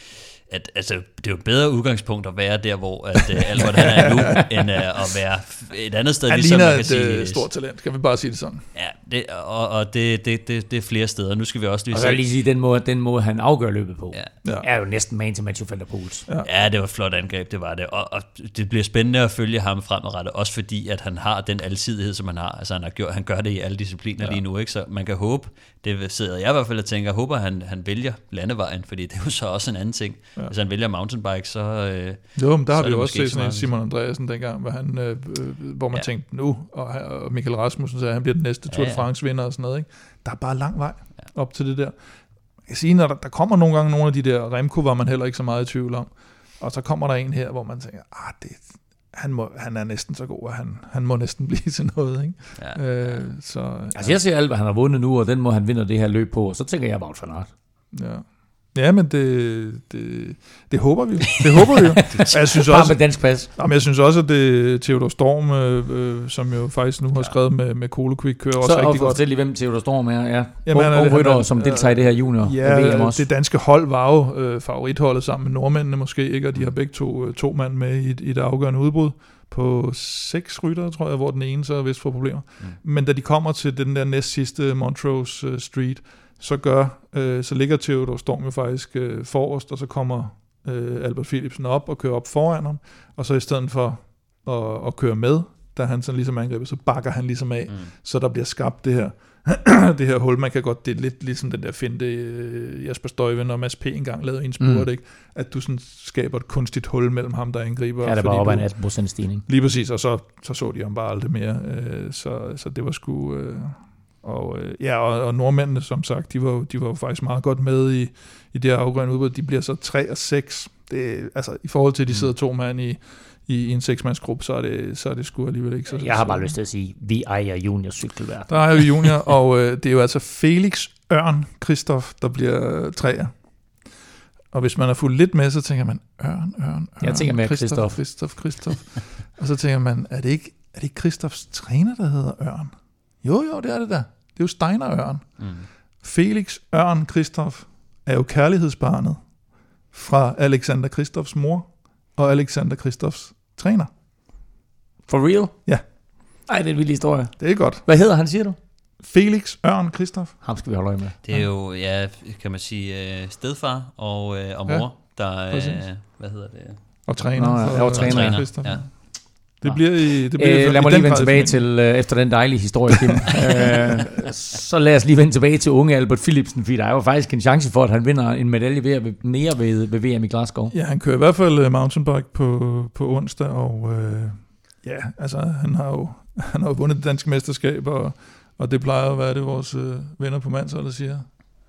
at altså, det er jo et bedre udgangspunkt at være der, hvor at, uh, Albert han er nu, end uh, at være et andet sted. Han ligesom ligner man kan et sige, uh, stort talent, kan vi bare sige det sådan. Ja, det, og, og det, det, det, det er flere steder. Nu skal vi også lige og så lige sige, den måde, den måde han afgør løbet på, ja. er jo næsten man til Mathieu van der Poel. Ja. ja, det var et flot angreb, det var det. Og, og det bliver spændende at følge ham fremadrettet, også fordi, at han har den alsidighed, som han har. Altså, han, har gjort, han gør det i alle discipliner ja. lige nu, ikke? Så man kan håbe, det sidder jeg i hvert fald og tænker, jeg håber, at han, han vælger landevejen, fordi det er jo så også en anden ting. Ja. Hvis han vælger mountainbike, så... Øh, jo, men der har vi jo også set sådan en Simon Andreasen dengang, hvor, han, øh, hvor man ja. tænkte, nu, og, og Michael Rasmussen sagde, at han bliver den næste Tour de France-vinder og sådan noget. Ikke? Der er bare lang vej ja. op til det der. Jeg kan sige, når der, der kommer nogle gange nogle af de der, Remco var man heller ikke så meget i tvivl om, og så kommer der en her, hvor man tænker, ah, det Han, må, han er næsten så god, at han, han må næsten blive til noget. Ikke? Ja. Øh, så, ja. Altså jeg ser alt, hvad han har vundet nu, og den må han vinde det her løb på, og så tænker jeg Wout van Aert. Ja. Ja, men det, det, det håber vi. Det håber vi jo. Jeg synes også, med dansk pas. Jamen, jeg synes også, at det Theodor Storm, øh, som jo faktisk nu har skrevet med, med Colo Quick, kører så også rigtig godt. Så fortæl lige, hvem Theodor Storm er. Ja. Jamen, han, ung rytter, som deltager i det her junior ja, V M også. Det danske hold var jo øh, favoritholdet sammen med nordmændene måske, ikke? Og de har begge to, to mand med i, i det afgørende udbrud på seks ryttere, tror jeg, hvor den ene så er vist for problemer. Mm. Men da de kommer til den der næst sidste Montrose uh, Street, så gør, øh, så ligger Theodor Storm jo faktisk øh, forrest, og så kommer øh, Albert Philipsen op og kører op foran ham, og så i stedet for at, at køre med, da han sådan ligesom angriber, så bakker han ligesom af, mm. så der bliver skabt det her det her hul. Man kan godt, det er lidt ligesom den der finte øh, Jasper Stuyven og Mads P. engang lavede en spurt, mm. ikke? At du sådan skaber et kunstigt hul mellem ham, der angriber. Ja, der var op en atten procent stigning. Lige præcis, og så, så så de ham bare aldrig mere. Øh, så, så det var sgu... Øh, Og, øh, ja, og, og nordmændene, som sagt, de var, de var jo faktisk meget godt med i, i det her afgørende udbrud. De bliver så tre og seks. Det, altså, i forhold til, at de sidder to mand i, i, i en seksmandsgruppe, så er det, så er det sgu alligevel ikke så. Jeg har bare så, lyst til at sige, vi ejer junior cykelverden. Der ejer vi junior, og øh, det er jo altså Felix Ørn Christoph, der bliver træer. Og hvis man har fulgt lidt med, så tænker man, Ørn, Ørn, Ørn. Jeg tænker med Christoph. Christoph, Christoph. Og så tænker man, er det ikke, er det ikke Christophs træner, der hedder Ørn? Jo, jo, det er det der. Det er jo Steiner Ørn. Mm. Felix Ørn Christoph er jo kærlighedsbarnet fra Alexander Christophs mor og Alexander Christophs træner. For real? Ja. Ej, det er en vild historie. Det er godt. Hvad hedder han, siger du? Felix Ørn Christoph. Ham skal vi holde øje med. Det er jo, ja, kan man sige, stedfar og, og mor, ja, der, øh, hvad hedder det? Og træner. Nå, ja, og træner, træner. Ja. Det bliver i, det bliver øh, lad mig lige vende tilbage til, øh, efter den dejlige historie, Kim. øh, så lad os lige vende tilbage til unge Albert Philipsen, fordi der er jo faktisk en chance for, at han vinder en medalje ved at mere ved, ved V M i Glasgow. Ja, han kører i hvert fald mountainbike på, på onsdag, og øh, ja, altså han har jo, han har jo vundet det danske mesterskab, og, og det plejer at være det, vores øh, venner på mandsholdet siger.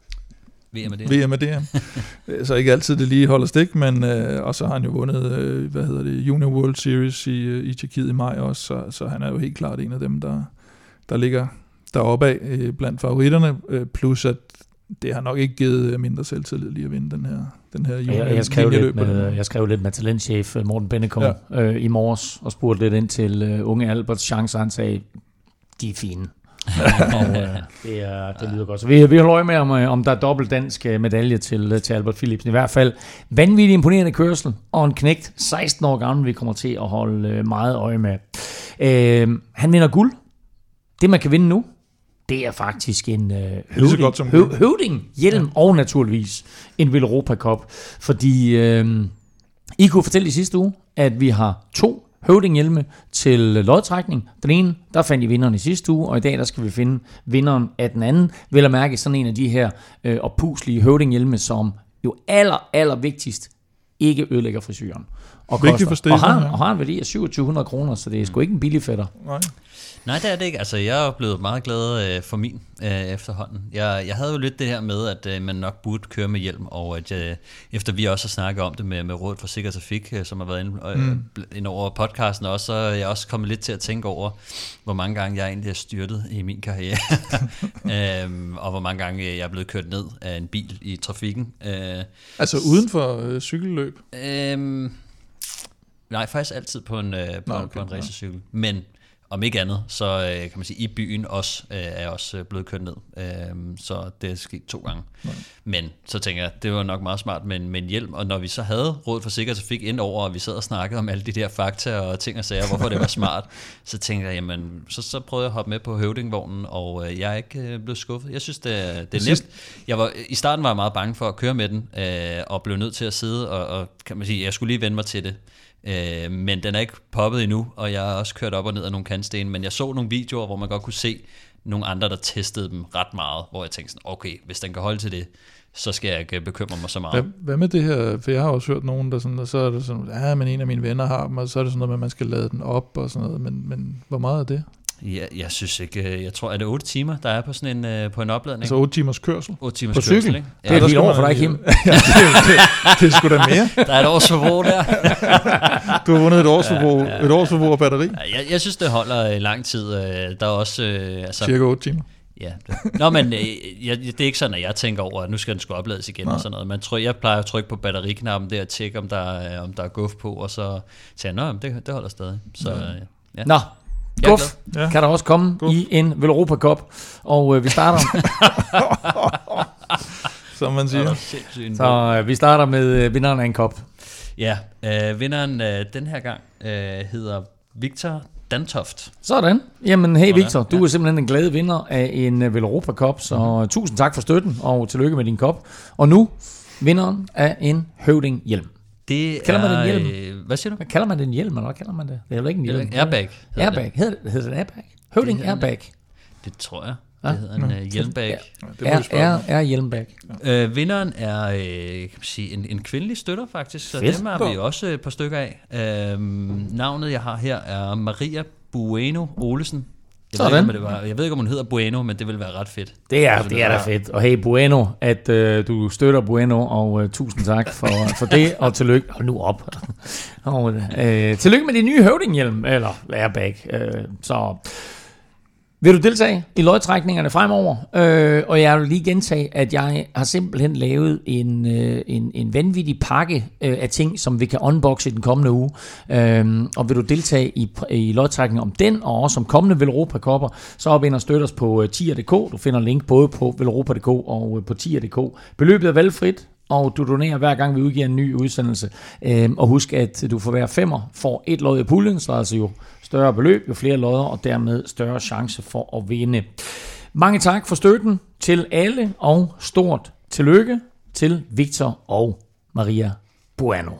V M og D M. V M og D M. Så ikke altid det lige holder stik, men øh, og så har han jo vundet, øh, hvad hedder det, Junior World Series i, i Tjekkiet i maj også, så, så han er jo helt klart en af dem, der, der ligger deroppe af øh, blandt favoritterne, øh, plus at det har nok ikke givet mindre selvtillid lige at vinde den her, den her junior. Jeg, jeg, skrev lidt med, jeg skrev lidt med talentchef Morten Bennekom ja. øh, i morges og spurgte lidt ind til øh, unge Alberts chancer. Han sagde, de er fine. og, øh, det, er, det lyder godt. Så vi, vi holder øje med, om, om der er dobbelt dansk medalje til, til Albert Philipsen. I hvert fald vanvittigt imponerende kørsel, og en knægt seksten år gammel, vi kommer til at holde meget øje med. Øh, han vinder guld. Det, man kan vinde nu, det er faktisk en øh, høvding, høv, høvding, hjelm ja. og naturligvis en Velropa Cup. Fordi øh, I kunne fortælle i sidste uge, at vi har to høvdinghjelme til lodtrækning. Den ene, der fandt I vinderen i sidste uge, og i dag der skal vi finde vinderen af den anden. Vel at mærke sådan en af de her øh, opuslige høvdinghjelme, som jo aller, aller vigtigst ikke ødelægger frisyren. Og, koster, og, har, og har en værdi af syvogtyve hundrede kroner, så det er sgu ikke en billig fætter. Nej. Nej, det er det ikke. Altså, jeg er blevet meget glad øh, for min øh, efterhånden. Jeg, jeg havde jo lidt det her med, at øh, man nok burde køre med hjelm, og at øh, efter vi også har snakket om det med, med Rådet for Sikker Trafik, øh, som har været inde, øh, mm. ind over podcasten også, så er jeg også kommet lidt til at tænke over, hvor mange gange jeg egentlig har styrtet i min karriere, øhm, og hvor mange gange jeg er blevet kørt ned af en bil i trafikken. Øh, altså uden for øh, cykelløb? Øh, nej, faktisk altid på en, øh, på, Nå, okay, på en racercykel. Ja. Men om ikke andet, så øh, kan man sige, i byen også, øh, er jeg også blevet kørt ned. Øh, så det er sket to gange. Nej. Men så tænker jeg, det var nok meget smart med, med en hjelm. Og når vi så havde Rådet for Sikker Trafik ind over, og vi sad og snakkede om alle de der fakta og ting og sager, hvorfor det var smart, så tænkte jeg, jamen, så, så prøvede jeg at hoppe med på høvdingvognen, og øh, jeg er ikke øh, blevet skuffet. Jeg synes, det, det er nemt. Jeg var, I starten var jeg meget bange for at køre med den, øh, og blev nødt til at sidde, og, og kan man sige, jeg skulle lige vende mig til det. Øh, men den er ikke poppet endnu, og jeg har også kørt op og ned af nogle kantsten, men jeg så nogle videoer, hvor man godt kunne se nogle andre, der testede dem ret meget, hvor jeg tænkte sådan, okay, hvis den kan holde til det, så skal jeg ikke bekymre mig så meget. Hvad, hvad med det her, for jeg har også hørt nogen, der sådan, og så er det sådan, ja, men en af mine venner har dem, og så er det sådan noget med, at man skal lade den op og sådan noget, men, men hvor meget er det? Ja, jeg synes ikke, jeg tror, er det otte timer, der er på sådan en, på en opladning? Altså otte timers kørsel? otte timers på kørsel, cykel? Ikke? Ja, det er et år for dig, Kim. Ja, det, det, det er sgu da mere. Der er et års forbrug der. Du har vundet et års forbrug, ja, ja. et års forbrug af batteri. Jeg, jeg synes, det holder i lang tid. Der er også... Altså, cirka otte timer. Ja. Nå, men jeg, det er ikke sådan, at jeg tænker over, at nu skal den sgu oplades igen. Nej. Og sådan noget. Men tror, jeg plejer at trykke på batteriknappen der og tjekke, om der, er, om der er guf på, og så tænker jeg, det, det holder stadig. Så, ja. Ja. Nå, guf ja. kan der også komme Guf. i en Velropa Cup, og øh, vi starter... Som man siger. Så øh, vi starter med øh, vinderen af en kop. Ja, øh, vinderen øh, den her gang øh, hedder Victor Dantoft. Sådan. Jamen, hey Victor, du er simpelthen en glad vinder af en uh, Velropa Cup, så mm-hmm. tusind tak for støtten, og tillykke med din kop. Og nu, vinderen af en høvdinghjelm. Det kalder er, man det en hjelm? Hvad siger du? Hvad kalder man det en hjelm, eller hvad kalder man det? Det er jo ikke en hjelm. Airbag. Airbag. Hedder det, hedder det en airbag? Høvding det airbag. Det tror jeg. Det hedder en uh, hjelmbag. Ja, er, er hjelmbag. Ja. Øh, vinderen er øh, kan man sige, en, en kvindelig støtter faktisk, så dem har vi også et par stykker af. Øh, navnet jeg har her er Maria Bueno Olesen. Jeg ved, ikke, det var, jeg ved ikke, om hun hedder Bueno, men det vil være ret fedt. Det er, det er da fedt. Og hey Bueno, at øh, du støtter Bueno, og øh, tusind tak for, for det, og tillykke. Hold nu op. og, øh, tillykke med din nye høvdinghjelm, eller airbag. Øh, så... Vil du deltage i lodtrækningerne fremover? Øh, og jeg vil lige gentage, at jeg har simpelthen lavet en, øh, en, en vanvittig pakke øh, af ting, som vi kan unboxe i den kommende uge. Øh, og vil du deltage i, i lodtrækninger om den, og også om kommende Velropa Cup'er, så op ind og støt os på tier punktum d k. Du finder link både på velropa punktum d k og på tier punktum d k. Beløbet er valgfrit, og du donerer hver gang vi udgiver en ny udsendelse. Øh, og husk, at du for hver femmer får et lod i puljen, så altså jo større beløb, jo flere lodder, og dermed større chance for at vinde. Mange tak for støtten til alle, og stort tillykke til Victor og Maria Bueno.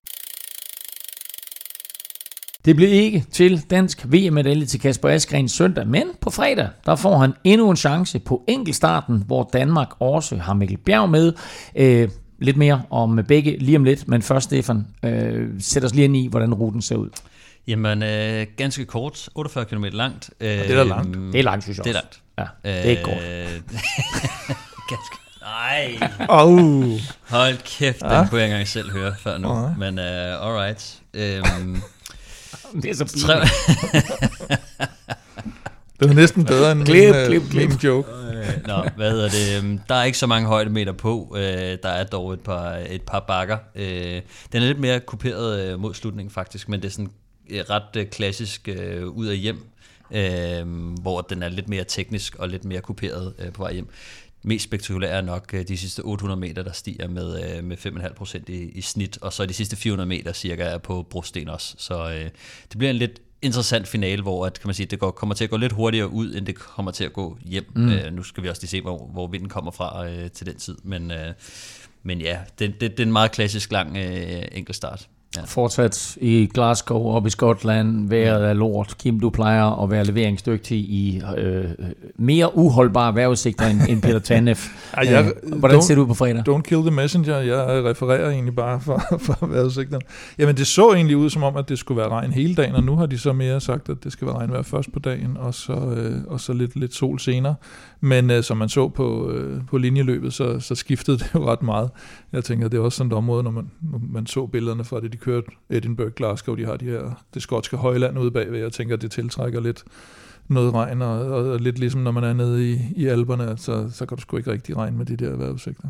Det blev ikke til dansk V M-medalje til Kasper Asgreen søndag, men på fredag, der får han endnu en chance på enkeltstarten, hvor Danmark også har Mikkel Bjerg med. Øh, lidt mere om begge lige om lidt, men først, Stefan, øh, sæt os lige ind i, hvordan ruten ser ud. Jamen, øh, ganske kort, otteogfyrre kilometer langt. Øh, det er da langt. Det er langt, synes jeg også. Det er langt. Ja, det er ikke kort. ganske. Nej. Oh. Hold kæft, den ja. kunne jeg ikke engang selv høre før nu. Uh-huh. Men uh, alright. Um, det er så tre... Det var næsten bedre end klip, min, klip, klip. min joke. øh, nå, hvad hedder det? Der er ikke så mange højdemeter på. Øh, der er dog et par, et par bakker. Øh, den er lidt mere kuperet øh, mod slutningen faktisk, men det er sådan øh, ret øh, klassisk øh, ud af hjem, øh, hvor den er lidt mere teknisk og lidt mere kuperet øh, på vej hjem. Mest spektakulære er nok de sidste otte hundrede meter, der stiger med, med fem komma fem procent i, i snit, og så de sidste fire hundrede meter cirka er på brosten også. Så øh, det bliver en lidt interessant finale, hvor at, kan man sige, det går, kommer til at gå lidt hurtigere ud, end det kommer til at gå hjem. Mm. Øh, nu skal vi også lige se, hvor, hvor vinden kommer fra øh, til den tid. Men, øh, men ja, det, det, det er en meget klassisk lang øh, enkeltstart. Ja. Fortsat i Glasgow op i Skotland, vejret er lort. Kim, du plejer at være leveringsdygtig i øh, mere uholdbare vejrudsigter end, end Peter Tanev. Ej, jeg, Hvordan ser det ud på fredag? Don't kill the messenger. Jeg refererer egentlig bare for, for vejrudsigterne. Jamen, det så egentlig ud som om, at det skulle være regn hele dagen, og nu har de så mere sagt, at det skal være regn hver først på dagen, og så, øh, og så lidt, lidt sol senere. Men øh, som man så på, øh, på linjeløbet, så, så skiftede det jo ret meget. Jeg tænker, det er også sådan et område, når man, når man så billederne fra det, de kørte Edinburgh, Glasgow, de har de her, det skotske højland ude bagved. Jeg tænker, det tiltrækker lidt noget regn, og, og, og lidt ligesom når man er nede i, i Alperne, så, så kan du sgu ikke rigtig regne med de der vejrudsigter.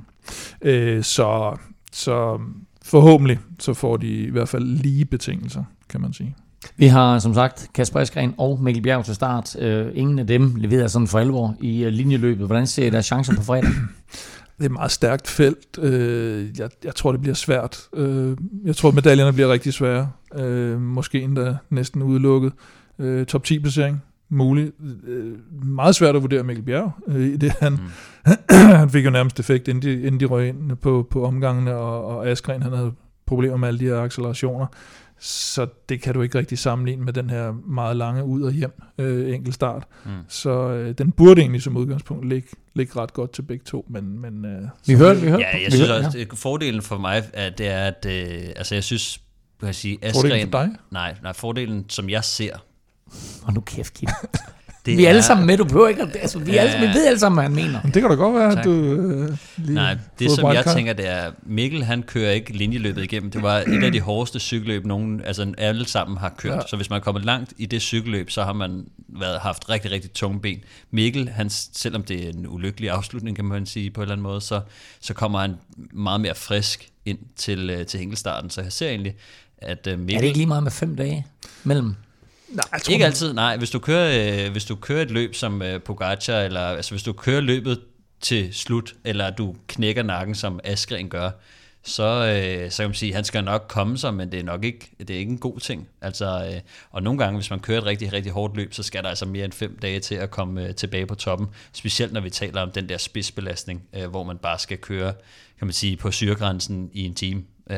Øh, så, så forhåbentlig, så får de i hvert fald lige betingelser, kan man sige. Vi har som sagt Kasper Asgreen og Mikkel Bjerg til start. Uh, ingen af dem leverer sådan for alvor i uh, linjeløbet. Hvordan ser I deres chancer på fredag? Det er et meget stærkt felt. Jeg, jeg tror, det bliver svært. Jeg tror, medaljerne bliver rigtig svære. Måske endda næsten udelukket. Top ti placering, muligt. Meget svært at vurdere Mikkel Bjerg. I det han, mm. han fik jo nærmest effekt, inden de, inden de røg ind på, på omgangene, og, og Asgreen, han havde problemer med alle de her accelerationer. Så det kan du ikke rigtig sammenligne med den her meget lange ud- og hjem øh, enkeltstart. Mm. Så øh, den burde egentlig som udgangspunkt ligge, ligge ret godt til begge to. Men, men, øh, vi hørte, vi hørte. Ja, jeg vi synes hørte, også, ja. fordelen for mig, at det er, at øh, altså jeg synes, kan jeg sige, Asgreen... Fordelen for dig? Nej, nej, fordelen, som jeg ser... Og nu kæft, Kim. Det vi er er alle sammen med, du behøver ikke... Altså, vi, ja, alle, vi ved alle sammen, hvad han mener. Men det kan da godt være, tak. At du... Øh, lige Nej, det som jeg tænker, det er... Mikkel, han kører ikke linjeløbet igennem. Det var et af de hårdeste cykelløb, nogen, altså alle sammen har kørt. Ja. Så hvis man er kommet langt i det cykelløb, så har man været, haft rigtig, rigtig tunge ben. Mikkel, han, selvom det er en ulykkelig afslutning, kan man sige på en eller anden måde, så, så kommer han meget mere frisk ind til, til enkeltstarten. Så jeg ser egentlig, at Mikkel... Er det ikke lige meget med fem dage mellem... Nej, jeg tror, ikke altid, nej. Hvis du kører, øh, hvis du kører et løb som øh, Pogacar, eller altså hvis du kører løbet til slut, eller du knækker nakken, som Asgreen gør, så, øh, så kan man sige, at han skal nok komme sig, men det er nok ikke, det er ikke en god ting. Altså, øh, og nogle gange, hvis man kører et rigtig, rigtig hårdt løb, så skal der altså mere end fem dage til at komme øh, tilbage på toppen. Specielt når vi taler om den der spidsbelastning, øh, hvor man bare skal køre, kan man sige, på syregrænsen i en time. Øh,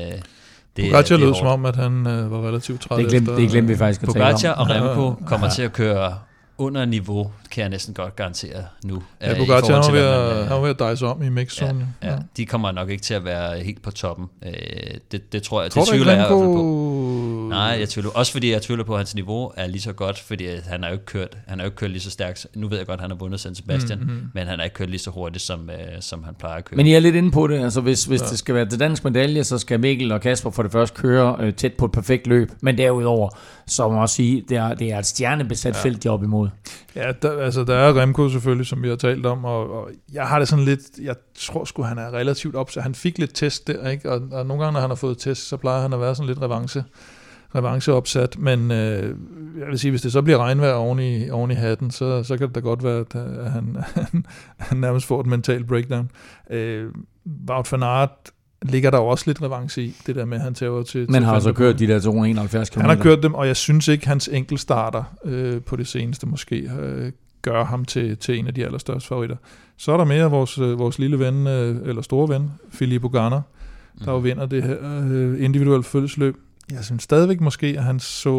Pogacar lød som om, at han øh, var relativt træt. Det glemte, det glemte vi faktisk at tale om. Pogacar og Remco kommer ja. til at køre under niveau, kan jeg næsten godt garantere nu. Ja, Pogacar har været ved at dejse om i mixzone. Ja, ja, ja, de kommer nok ikke til at være helt på toppen. Det, det tror jeg, tror det tvivler jeg i hvert fald på. Nej, jeg tvivler. Også fordi jeg tvivler på, at hans niveau er lige så godt, fordi han har jo ikke kørt, han har jo ikke kørt lige så stærkt. Nu ved jeg godt, at han har vundet San Sebastian, mm-hmm. men han har ikke kørt lige så hurtigt, som, som han plejer at køre. Men I er lidt inde på det. Altså, hvis, hvis ja. det skal være til dansk medalje, så skal Mikkel og Kasper for det første køre øh, tæt på et perfekt løb. Men derudover, så må man også sige, det er, det er et stjernebesat ja. felt, de er op imod. Ja, der, altså der er Remco selvfølgelig, som vi har talt om, og, og jeg har det sådan lidt, jeg tror sgu, han er relativt op, så han fik lidt test der, ikke? Og, og nogle gange, når han har fået test, så plejer han at være sådan lidt revanche, revancheopsat, men øh, jeg vil sige, hvis det så bliver regnvejr oven i, oven i hatten, så, så kan det da godt være, at han, han, han nærmest får et mentalt breakdown. Øh, Wout van Aert ligger der jo også lidt revanche i, det der med, at han tager til... Men har altså kørt de der to hundrede og enoghalvfjerds kilometer? Han har kørt dem, og jeg synes ikke, hans enkeltstarter øh, på det seneste måske øh, gør ham til, til en af de allerstørste favoritter. Så er der mere vores, øh, vores lille ven, øh, eller store ven, Filippo Ganna, der jo vinder det her øh, individuelle følgesløb. Jeg synes stadigvæk måske, at han så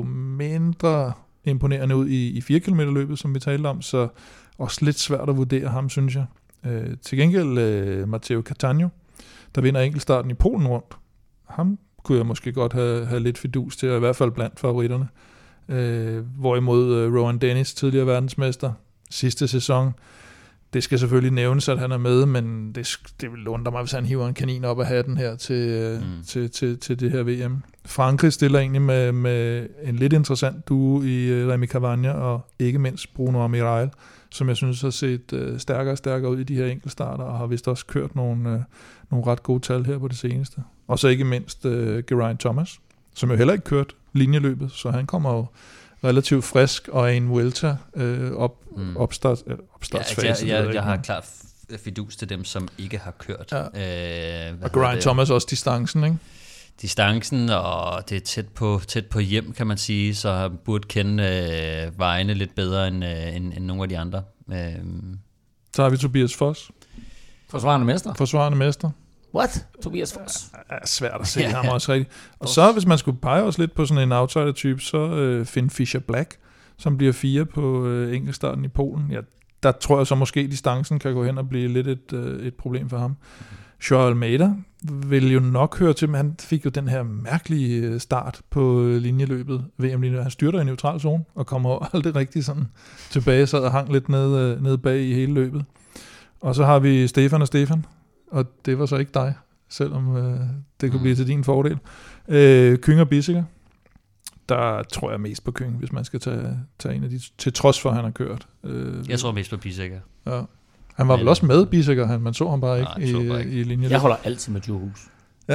mindre imponerende ud i, i fire kilometer løbet, som vi talte om, så også lidt svært at vurdere ham, synes jeg. Øh, til gengæld øh, Matteo Cattaneo, der vinder enkeltstarten i Polen rundt. Ham kunne jeg måske godt have, have lidt fidus til, i hvert fald blandt favoritterne. Øh, hvorimod øh, Rowan Dennis, tidligere verdensmester, sidste sæson, det skal selvfølgelig nævnes, at han er med, men det, det vil undre mig, hvis han hiver en kanin op af hatten her til, mm. til, til, til det her V M. Frankrig stiller egentlig med, med en lidt interessant duo i uh, Remy Cavagna og ikke mindst Bruno Amiral, som jeg synes har set øh, stærkere og stærkere ud i de her enkeltstarter, og har vist også kørt nogle, øh, nogle ret gode tal her på det seneste. Og så ikke mindst øh, Geraint Thomas, som jo heller ikke kørt linjeløbet, så han kommer jo relativt frisk og er en Vuelta øh, op, mm. opstart, øh, opstartsfase. Ja, jeg, jeg, jeg har klart fidus til dem, som ikke har kørt. Ja. Øh, og Geraint Thomas også distancen, ikke? Distancen, og det er tæt på, tæt på hjem, kan man sige, så han burde kende øh, vejene lidt bedre end, øh, end, end nogle af de andre. Øh. Så har vi Tobias Foss. Forsvarende mester. Forsvarende mester. What? Tobias Foss? Ja, er svært at se ja, ham også rigtigt. Og så, hvis man skulle pege også lidt på sådan en outsider-type, så øh, Finn Fischer-Black, som bliver fire på øh, enkeltstarten i Polen. Ja, der tror jeg så måske, distancen kan gå hen og blive lidt et, øh, et problem for ham. Joao Almeida vil jo nok høre til, men han fik jo den her mærkelige start på linjeløbet, V M-linjeløbet. Han styrter i neutral zone og kommer aldrig rigtig sådan tilbage, så og hang lidt nede, nede bag i hele løbet. Og så har vi Stefan og Stefan, og det var så ikke dig, selvom øh, det kunne blive til din fordel. Øh, Kyng og Bissiger, der tror jeg mest på Kyng, hvis man skal tage, tage en af de, til trods for, at han har kørt. Øh, jeg tror mest på Bissiger. Ja. Han var vel også med Bissiger, han, man så ham bare ikke, Nej, i, bare ikke. i linjen. Jeg holder altid med Djurhus. Ja.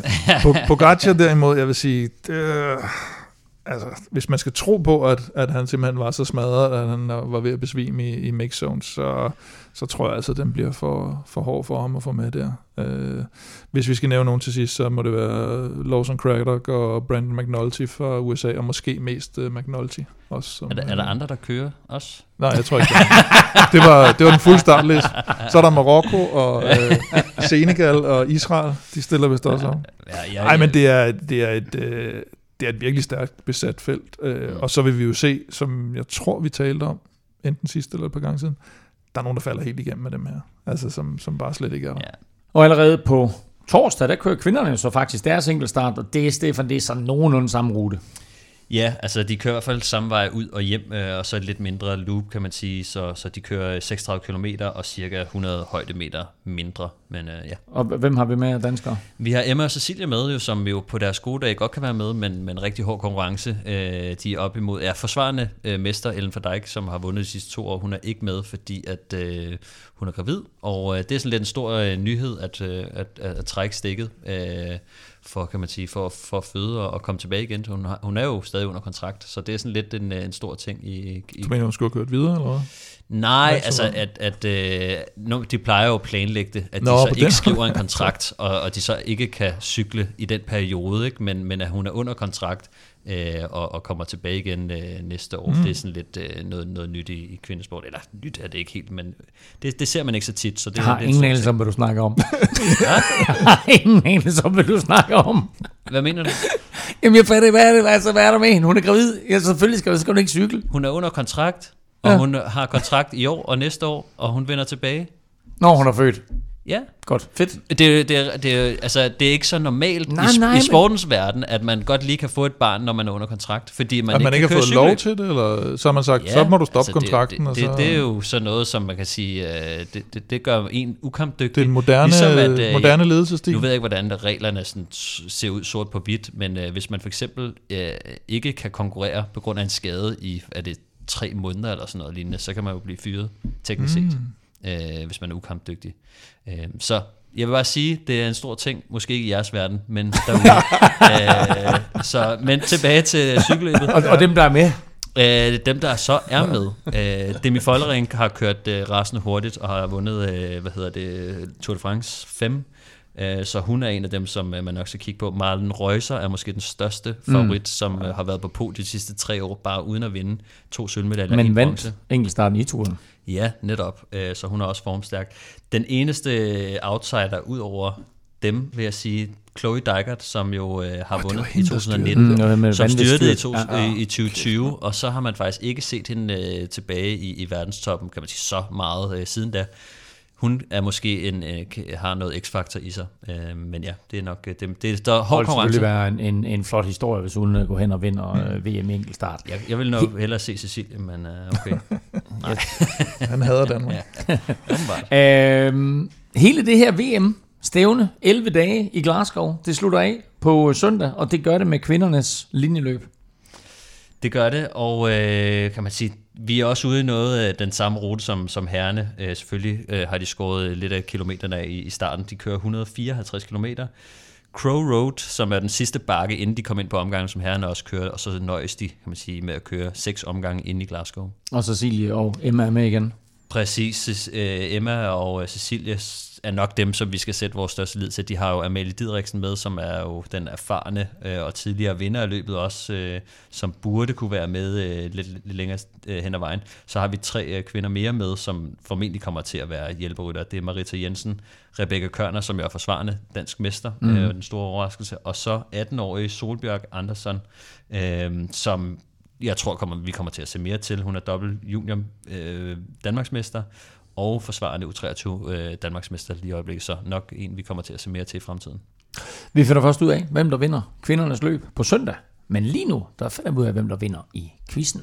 Pogačar derimod, jeg vil sige, det, altså, hvis man skal tro på, at, at han simpelthen var så smadret, at han var ved at besvime i, i mix-zone, så, så tror jeg altså, at den bliver for, for hård for ham at få med der. Øh, hvis vi skal nævne nogen til sidst, så må det være Lawson Craddock og Brandon McNulty fra U S A, og måske mest uh, McNulty. Også, som, er, der, er der andre, der kører også? Nej, jeg tror ikke det. Det var, det var den fulde startliste. Så er der Marokko og øh, Senegal og Israel. De stiller vist også op. Ja, ja, Nej, men det er, det er et... Øh, det er et virkelig stærkt besat felt. Øh, mm. Og så vil vi jo se, som jeg tror, vi talte om, enten sidste eller et par gange siden, der er nogen, der falder helt igennem med dem her. Altså, som, som bare slet ikke er der. Ja. Og allerede på torsdag, der kører kvinderne så faktisk deres enkeltstart, og det er Stefan, det er sådan nogenlunde samme rute. Ja, altså de kører i hvert fald samme vej ud og hjem, øh, og så et lidt mindre loop, kan man sige, så, så de kører seksogtredive kilometer og cirka hundrede højdemeter mindre, men øh, ja. Og hvem har vi med af danskere? Vi har Emma og Cecilia med, jo, som jo på deres gode dag godt kan være med, men, men rigtig hård konkurrence. Øh, de er op imod, er forsvarende øh, mester Ellen van Dijk, som har vundet de sidste to år. Hun er ikke med, fordi at øh, hun er gravid, og øh, det er sådan lidt en stor øh, nyhed at, øh, at, at, at trække stikket. Øh, for, kan man sige, for, for at føde og, og komme tilbage igen. Hun, har, hun er jo stadig under kontrakt, så det er sådan lidt en, en stor ting. I, i du mener, hun skulle have kørt videre, eller hvad? Nej, altså, at, at øh, no, de plejer jo at planlægge det, at Nå, de så ikke den. skriver en kontrakt, og, og de så ikke kan cykle i den periode, ikke? Men, men at hun er under kontrakt øh, og, og kommer tilbage igen øh, næste år. Mm. Det er sådan lidt øh, noget, noget nyt i, i kvindesport. Eller nyt er det ikke helt, men det, det ser man ikke så tit. Så det jeg har er ingen anelse om, hvad du snakker om. Ja? Jeg har ingen anelse om, hvad du snakker om. Hvad mener du? Jamen, jeg fatter, hvad er det, altså, hvad er der med hende? Hun er gravid. Ja, selvfølgelig skal, skal hun ikke cykle. Hun er under kontrakt, og ja. Hun har kontrakt i år og næste år, og hun vender tilbage. Når hun er født. Ja. Godt, fedt. Det, det, det, det, altså, det er ikke så normalt nej, i, nej, i sportens men... verden, at man godt lige kan få et barn, når man er under kontrakt, fordi man at ikke man ikke kan har fået cykle. lov til det, eller så har man sagt, ja, så må du stoppe altså kontrakten. Det, det, og så... det er jo sådan noget, som man kan sige, uh, det, det, det gør en ukampdygtig. Det er en moderne, ligesom at, uh, moderne ledelsesstil. Nu ved jeg ikke, hvordan reglerne sådan ser ud sort på hvidt, men uh, hvis man for eksempel uh, ikke kan konkurrere på grund af en skade i, er det tre måneder eller sådan noget lignende, så kan man jo blive fyret, teknisk mm. set, uh, hvis man er ukampdygtig. Uh, så jeg vil bare sige, det er en stor ting, måske ikke i jeres verden, men derude. uh, så, men tilbage til cykelløbet. og, og dem, der er med? Uh, dem, der så er med. Uh, Demi Follering har kørt uh, rasende hurtigt og har vundet, uh, hvad hedder det, Tour de France fem. Uh, så hun er en af dem, som uh, man nok skal kigge på. Marlen Reusser er måske den største favorit, mm. som uh, har været på podiet de sidste tre år, bare uden at vinde to sølvmedaljer. Men vandt enkeltstarten i turen. Ja, netop. Så hun er også formstærk. Den eneste outsider ud over dem, vil jeg sige, Chloe Dygert, som jo øh, har oh, vundet i to tusind nitten, mm, som styrtede i, to, ja, ja. i tyve tyve, og så har man faktisk ikke set hende øh, tilbage i, i verdenstoppen, kan man sige, så meget øh, siden da. Hun er måske en, øh, har noget x-faktor i sig, øh, men ja, det er nok det, det der er hård konkurrence. Det ville være en, en, en flot historie, hvis hun går hen og vinder mm. V M enkeltstart. Jeg, jeg vil nok hellere se Cecilie, men øh, okay. Nej. Han hader Danmark. Ja. øhm, hele det her V M-stævne, elleve dage i Glasgow, det slutter af på søndag, og det gør det med kvindernes linjeløb. Det gør det, og øh, kan man sige, vi er også ude i noget af den samme rute som, som herrene. Øh, selvfølgelig øh, har de skåret lidt af kilometerne af i, i starten. De kører et hundrede og fireoghalvtreds kilometer. Crow Road, som er den sidste bakke, inden de kom ind på omgangen, som herrerne også kørte, og så nøjes de, kan man sige, med at køre seks omgange inde i Glasgow. Og Cecilie og Emma er med igen. Præcis. Emma og Cecilie er nok dem, som vi skal sætte vores største lid til. De har jo Amalie Didriksen med, som er jo den erfarne og tidligere vinder af løbet også, som burde kunne være med lidt, lidt længere hen ad vejen. Så har vi tre kvinder mere med, som formentlig kommer til at være hjælperytter. Det er Marita Jensen, Rebecca Kørner, som er forsvarende dansk mester, mm. øh, den store overraskelse, og så atten-årige Solbjørg Andersson, øh, som jeg tror, kommer, vi kommer til at se mere til. Hun er dobbelt junior øh, Danmarksmester og forsvarende U treogtyve øh, Danmarksmester lige i øjeblikket, så nok en, vi kommer til at se mere til i fremtiden. Vi finder først ud af, hvem der vinder kvindernes løb på søndag, men lige nu, der finder vi ud af, hvem der vinder i quizzen.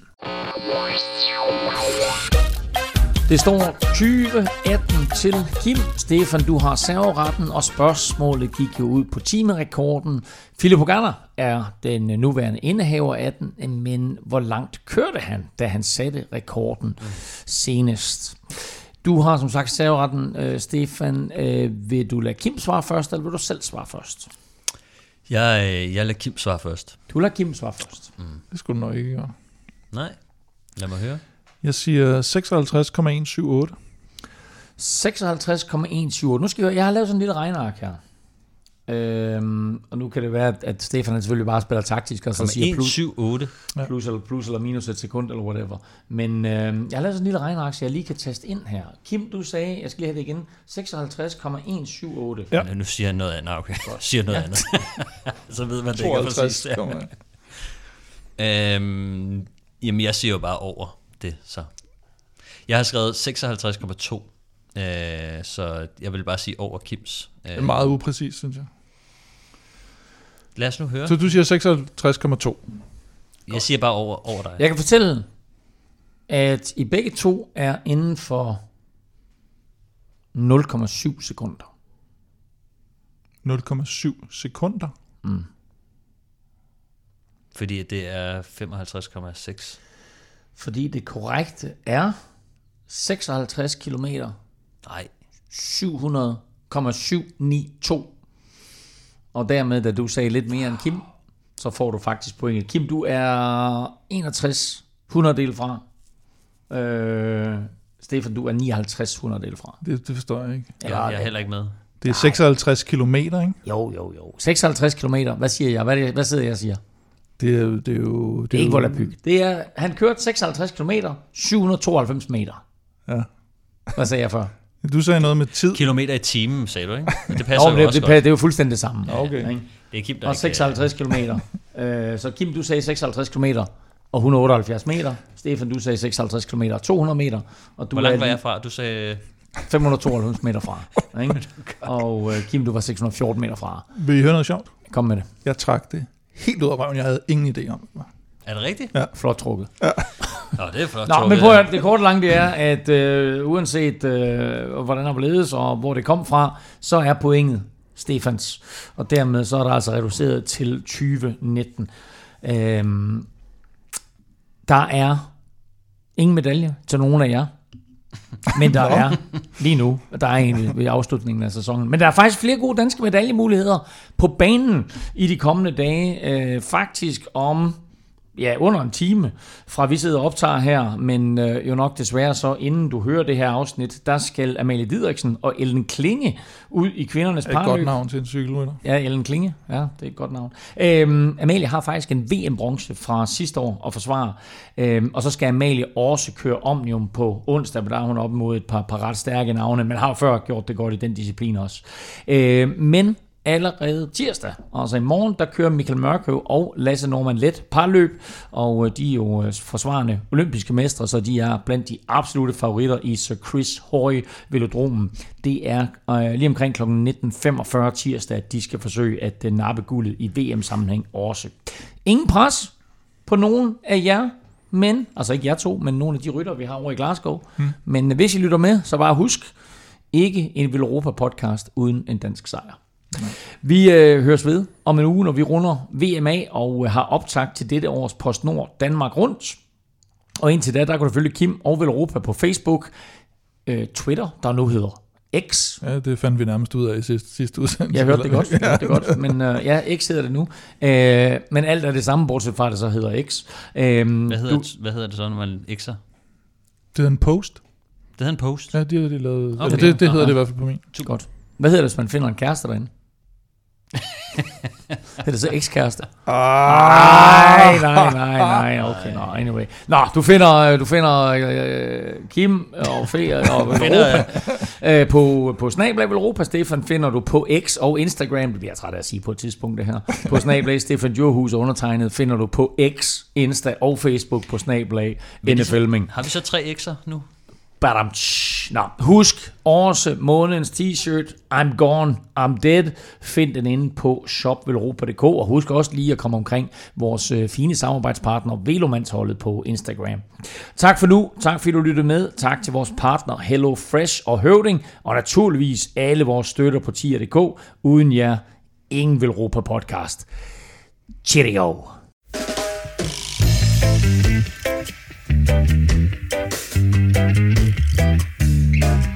Det står tyve atten til Kim. Stefan, du har serveretten, og spørgsmålet gik jo ud på timerekorden. Filippo Ganna er den nuværende indehaver af den, men hvor langt kørte han, da han satte rekorden mm. senest? Du har som sagt serveretten, Stefan. Vil du lade Kim svare først, eller vil du selv svare først? Jeg, jeg lader Kim svare først. Du lader Kim svare først. Mm. Det skulle du nok ikke gøre. Nej, lad mig høre. Jeg siger seksoghalvtreds komma et syv otte. seksoghalvtreds komma et syv otte. Nu skal jeg høre, jeg har lavet sådan en lille regneark her. Øhm, og nu kan det være, at Stefan selvfølgelig bare spiller taktisk, og så siger plus, syv otte. Plus, eller, plus eller minus et sekund, eller whatever. Men øhm, jeg har lavet sådan en lille regneark, så jeg lige kan taste ind her. Kim, du sagde, jeg skal lige have det igen, seksoghalvtreds komma et syv otte. Ja. Nu siger jeg noget andet. Okay, godt. Siger noget ja. andet. Så ved man det ikke præcis. øhm, jamen, jeg siger jo bare over det, så. Jeg har skrevet seksoghalvtreds komma to, øh, så jeg vil bare sige over Kims. Øh. Det er meget upræcis, synes jeg. Lad os nu høre. Så du siger seksoghalvtreds komma to. Jeg siger bare over, over dig. Jeg kan fortælle, at I begge to er inden for nul komma syv sekunder. nul komma syv sekunder? Mm. Fordi det er femoghalvtreds komma seks. Fordi det korrekte er seksoghalvtreds kilometer. Nej. syv hundrede komma syv ni to. Og dermed, da du sagde lidt mere end Kim, så får du faktisk pointet. Kim, du er enogtres hundrededel fra. Øh, Stefan, du er nioghalvtreds hundrededel fra. Det, det forstår jeg ikke. Ja, jeg er heller ikke med. Det er seksoghalvtreds kilometer, ikke? Jo, jo, jo. seksoghalvtreds kilometer. Hvad siger jeg? Hvad, det, hvad sidder jeg og siger? Det er jo... Det er, jo, det er ikke Volapyk. Det er, han kørte seksoghalvtreds kilometer, syv hundrede tooghalvfems meter. Ja. Hvad sagde jeg før? Du sagde noget med tid. Kilometer i timen, sagde du, ikke? Men det passer jo, jo det, også det, godt. det er jo fuldstændig det samme. Ja, okay. Ja, det er Kim, der og seksoghalvtreds kilometer. øh, så Kim, du sagde seksoghalvtreds kilometer og et hundrede otteoghalvfjerds meter. Stefan, du sagde seksoghalvtreds kilometer og to hundrede meter. Og du Hvor langt var jeg fra? Du sagde... fem hundrede tooghalvfems meter fra. Ikke? Og øh, Kim, du var seks hundrede og fjorten meter fra. Vil I høre noget sjovt? Kom med det. Jeg trak det helt ud af røven. Jeg havde ingen idé om det. Er det rigtigt? Ja. Flot trukket. Ja. Nå, det er flot Nå, trukket. men prøv at, det korte lange det er, at øh, uanset øh, hvordan det ledes og hvor det kom fra, så er pointet Stefans. Og dermed så er der altså reduceret til tyve nitten. Øhm, der er ingen medalje til nogen af jer. Men der er lige nu, der er egentlig ved afslutningen af sæsonen, men der er faktisk flere gode danske medaljemuligheder på banen i de kommende dage. Øh, faktisk om ja, under en time fra vi sidder og optager her, men øh, jo nok desværre så, inden du hører det her afsnit, der skal Amalie Didriksen og Ellen Klinge ud i kvindernes parløb. Det er et godt navn til en cykelrytter. Ja, Ellen Klinge. Ja, det er et godt navn. Øhm, Amalie har faktisk en V M-bronze fra sidste år at forsvare, øhm, og så skal Amalie også køre Omnium på onsdag, men der er hun op mod et par, par ret stærke navne, men har jo før gjort det godt i den disciplin også. Øhm, men allerede tirsdag, altså i morgen, der kører Michael Mørkøv og Lasse Norman Let parløb, og de er jo forsvarende olympiske mestre, så de er blandt de absolutte favoritter i Sir Chris Hoy velodromen. Det er øh, lige omkring klokken nitten femogfyrre tirsdag, at de skal forsøge at nappe guldet i V M-sammenhæng også. Ingen pres på nogen af jer, men, altså ikke jer to, men nogle af de rytter, vi har over i Glasgow. Hmm. Men hvis I lytter med, så bare husk, ikke en Veloropa podcast uden en dansk sejr. Vi øh, høres ved om en uge, når vi runder V M A og har optakt til dette års PostNord Danmark Rundt. Og indtil da, der kan du følge Kim og Velropa på Facebook, øh, Twitter, der nu hedder X. Ja, det fandt vi nærmest ud af i sidste, sidste udsendelse. Jeg hørte det godt, jeg hørte det godt. Men øh, ja, X hedder det nu. Øh, men alt er det samme, bortset fra, at det så hedder X. Øh, hvad, hedder du, det, hvad hedder det så, når man X'er? Det hedder en post. Det hedder en post? Ja, det, de lavet, okay. det, det hedder det i hvert fald på min. Godt. Hvad hedder det, hvis man finder en kæreste derinde? Det er det så ekskæreste? Nej, nej, nej, nej, okay, no, anyway. Nå, du finder, du finder uh, Kim og Fe og Velropa uh, på, på Snablag Velropa. Stefan finder du på X og Instagram. Det bliver jeg træt af at sige på et tidspunkt, det her. På Snablag Stefan Djurhus undertegnet finder du på X, Insta og Facebook på Snablag N F L-ming. Har vi så tre X'er nu? Badam. Nå, husk også månedens t-shirt I'm gone, I'm dead. Find den inde på shop velropa punktum d k, og husk også lige at komme omkring vores øh, fine samarbejdspartner Velomandsholdet på Instagram. Tak for nu, tak fordi du lyttede med. Tak til vores partner Hello Fresh og Høvding, og naturligvis alle vores støtter på tier punktum d k. Uden jer, ingen Velropa podcast. Cheerio. Thank you.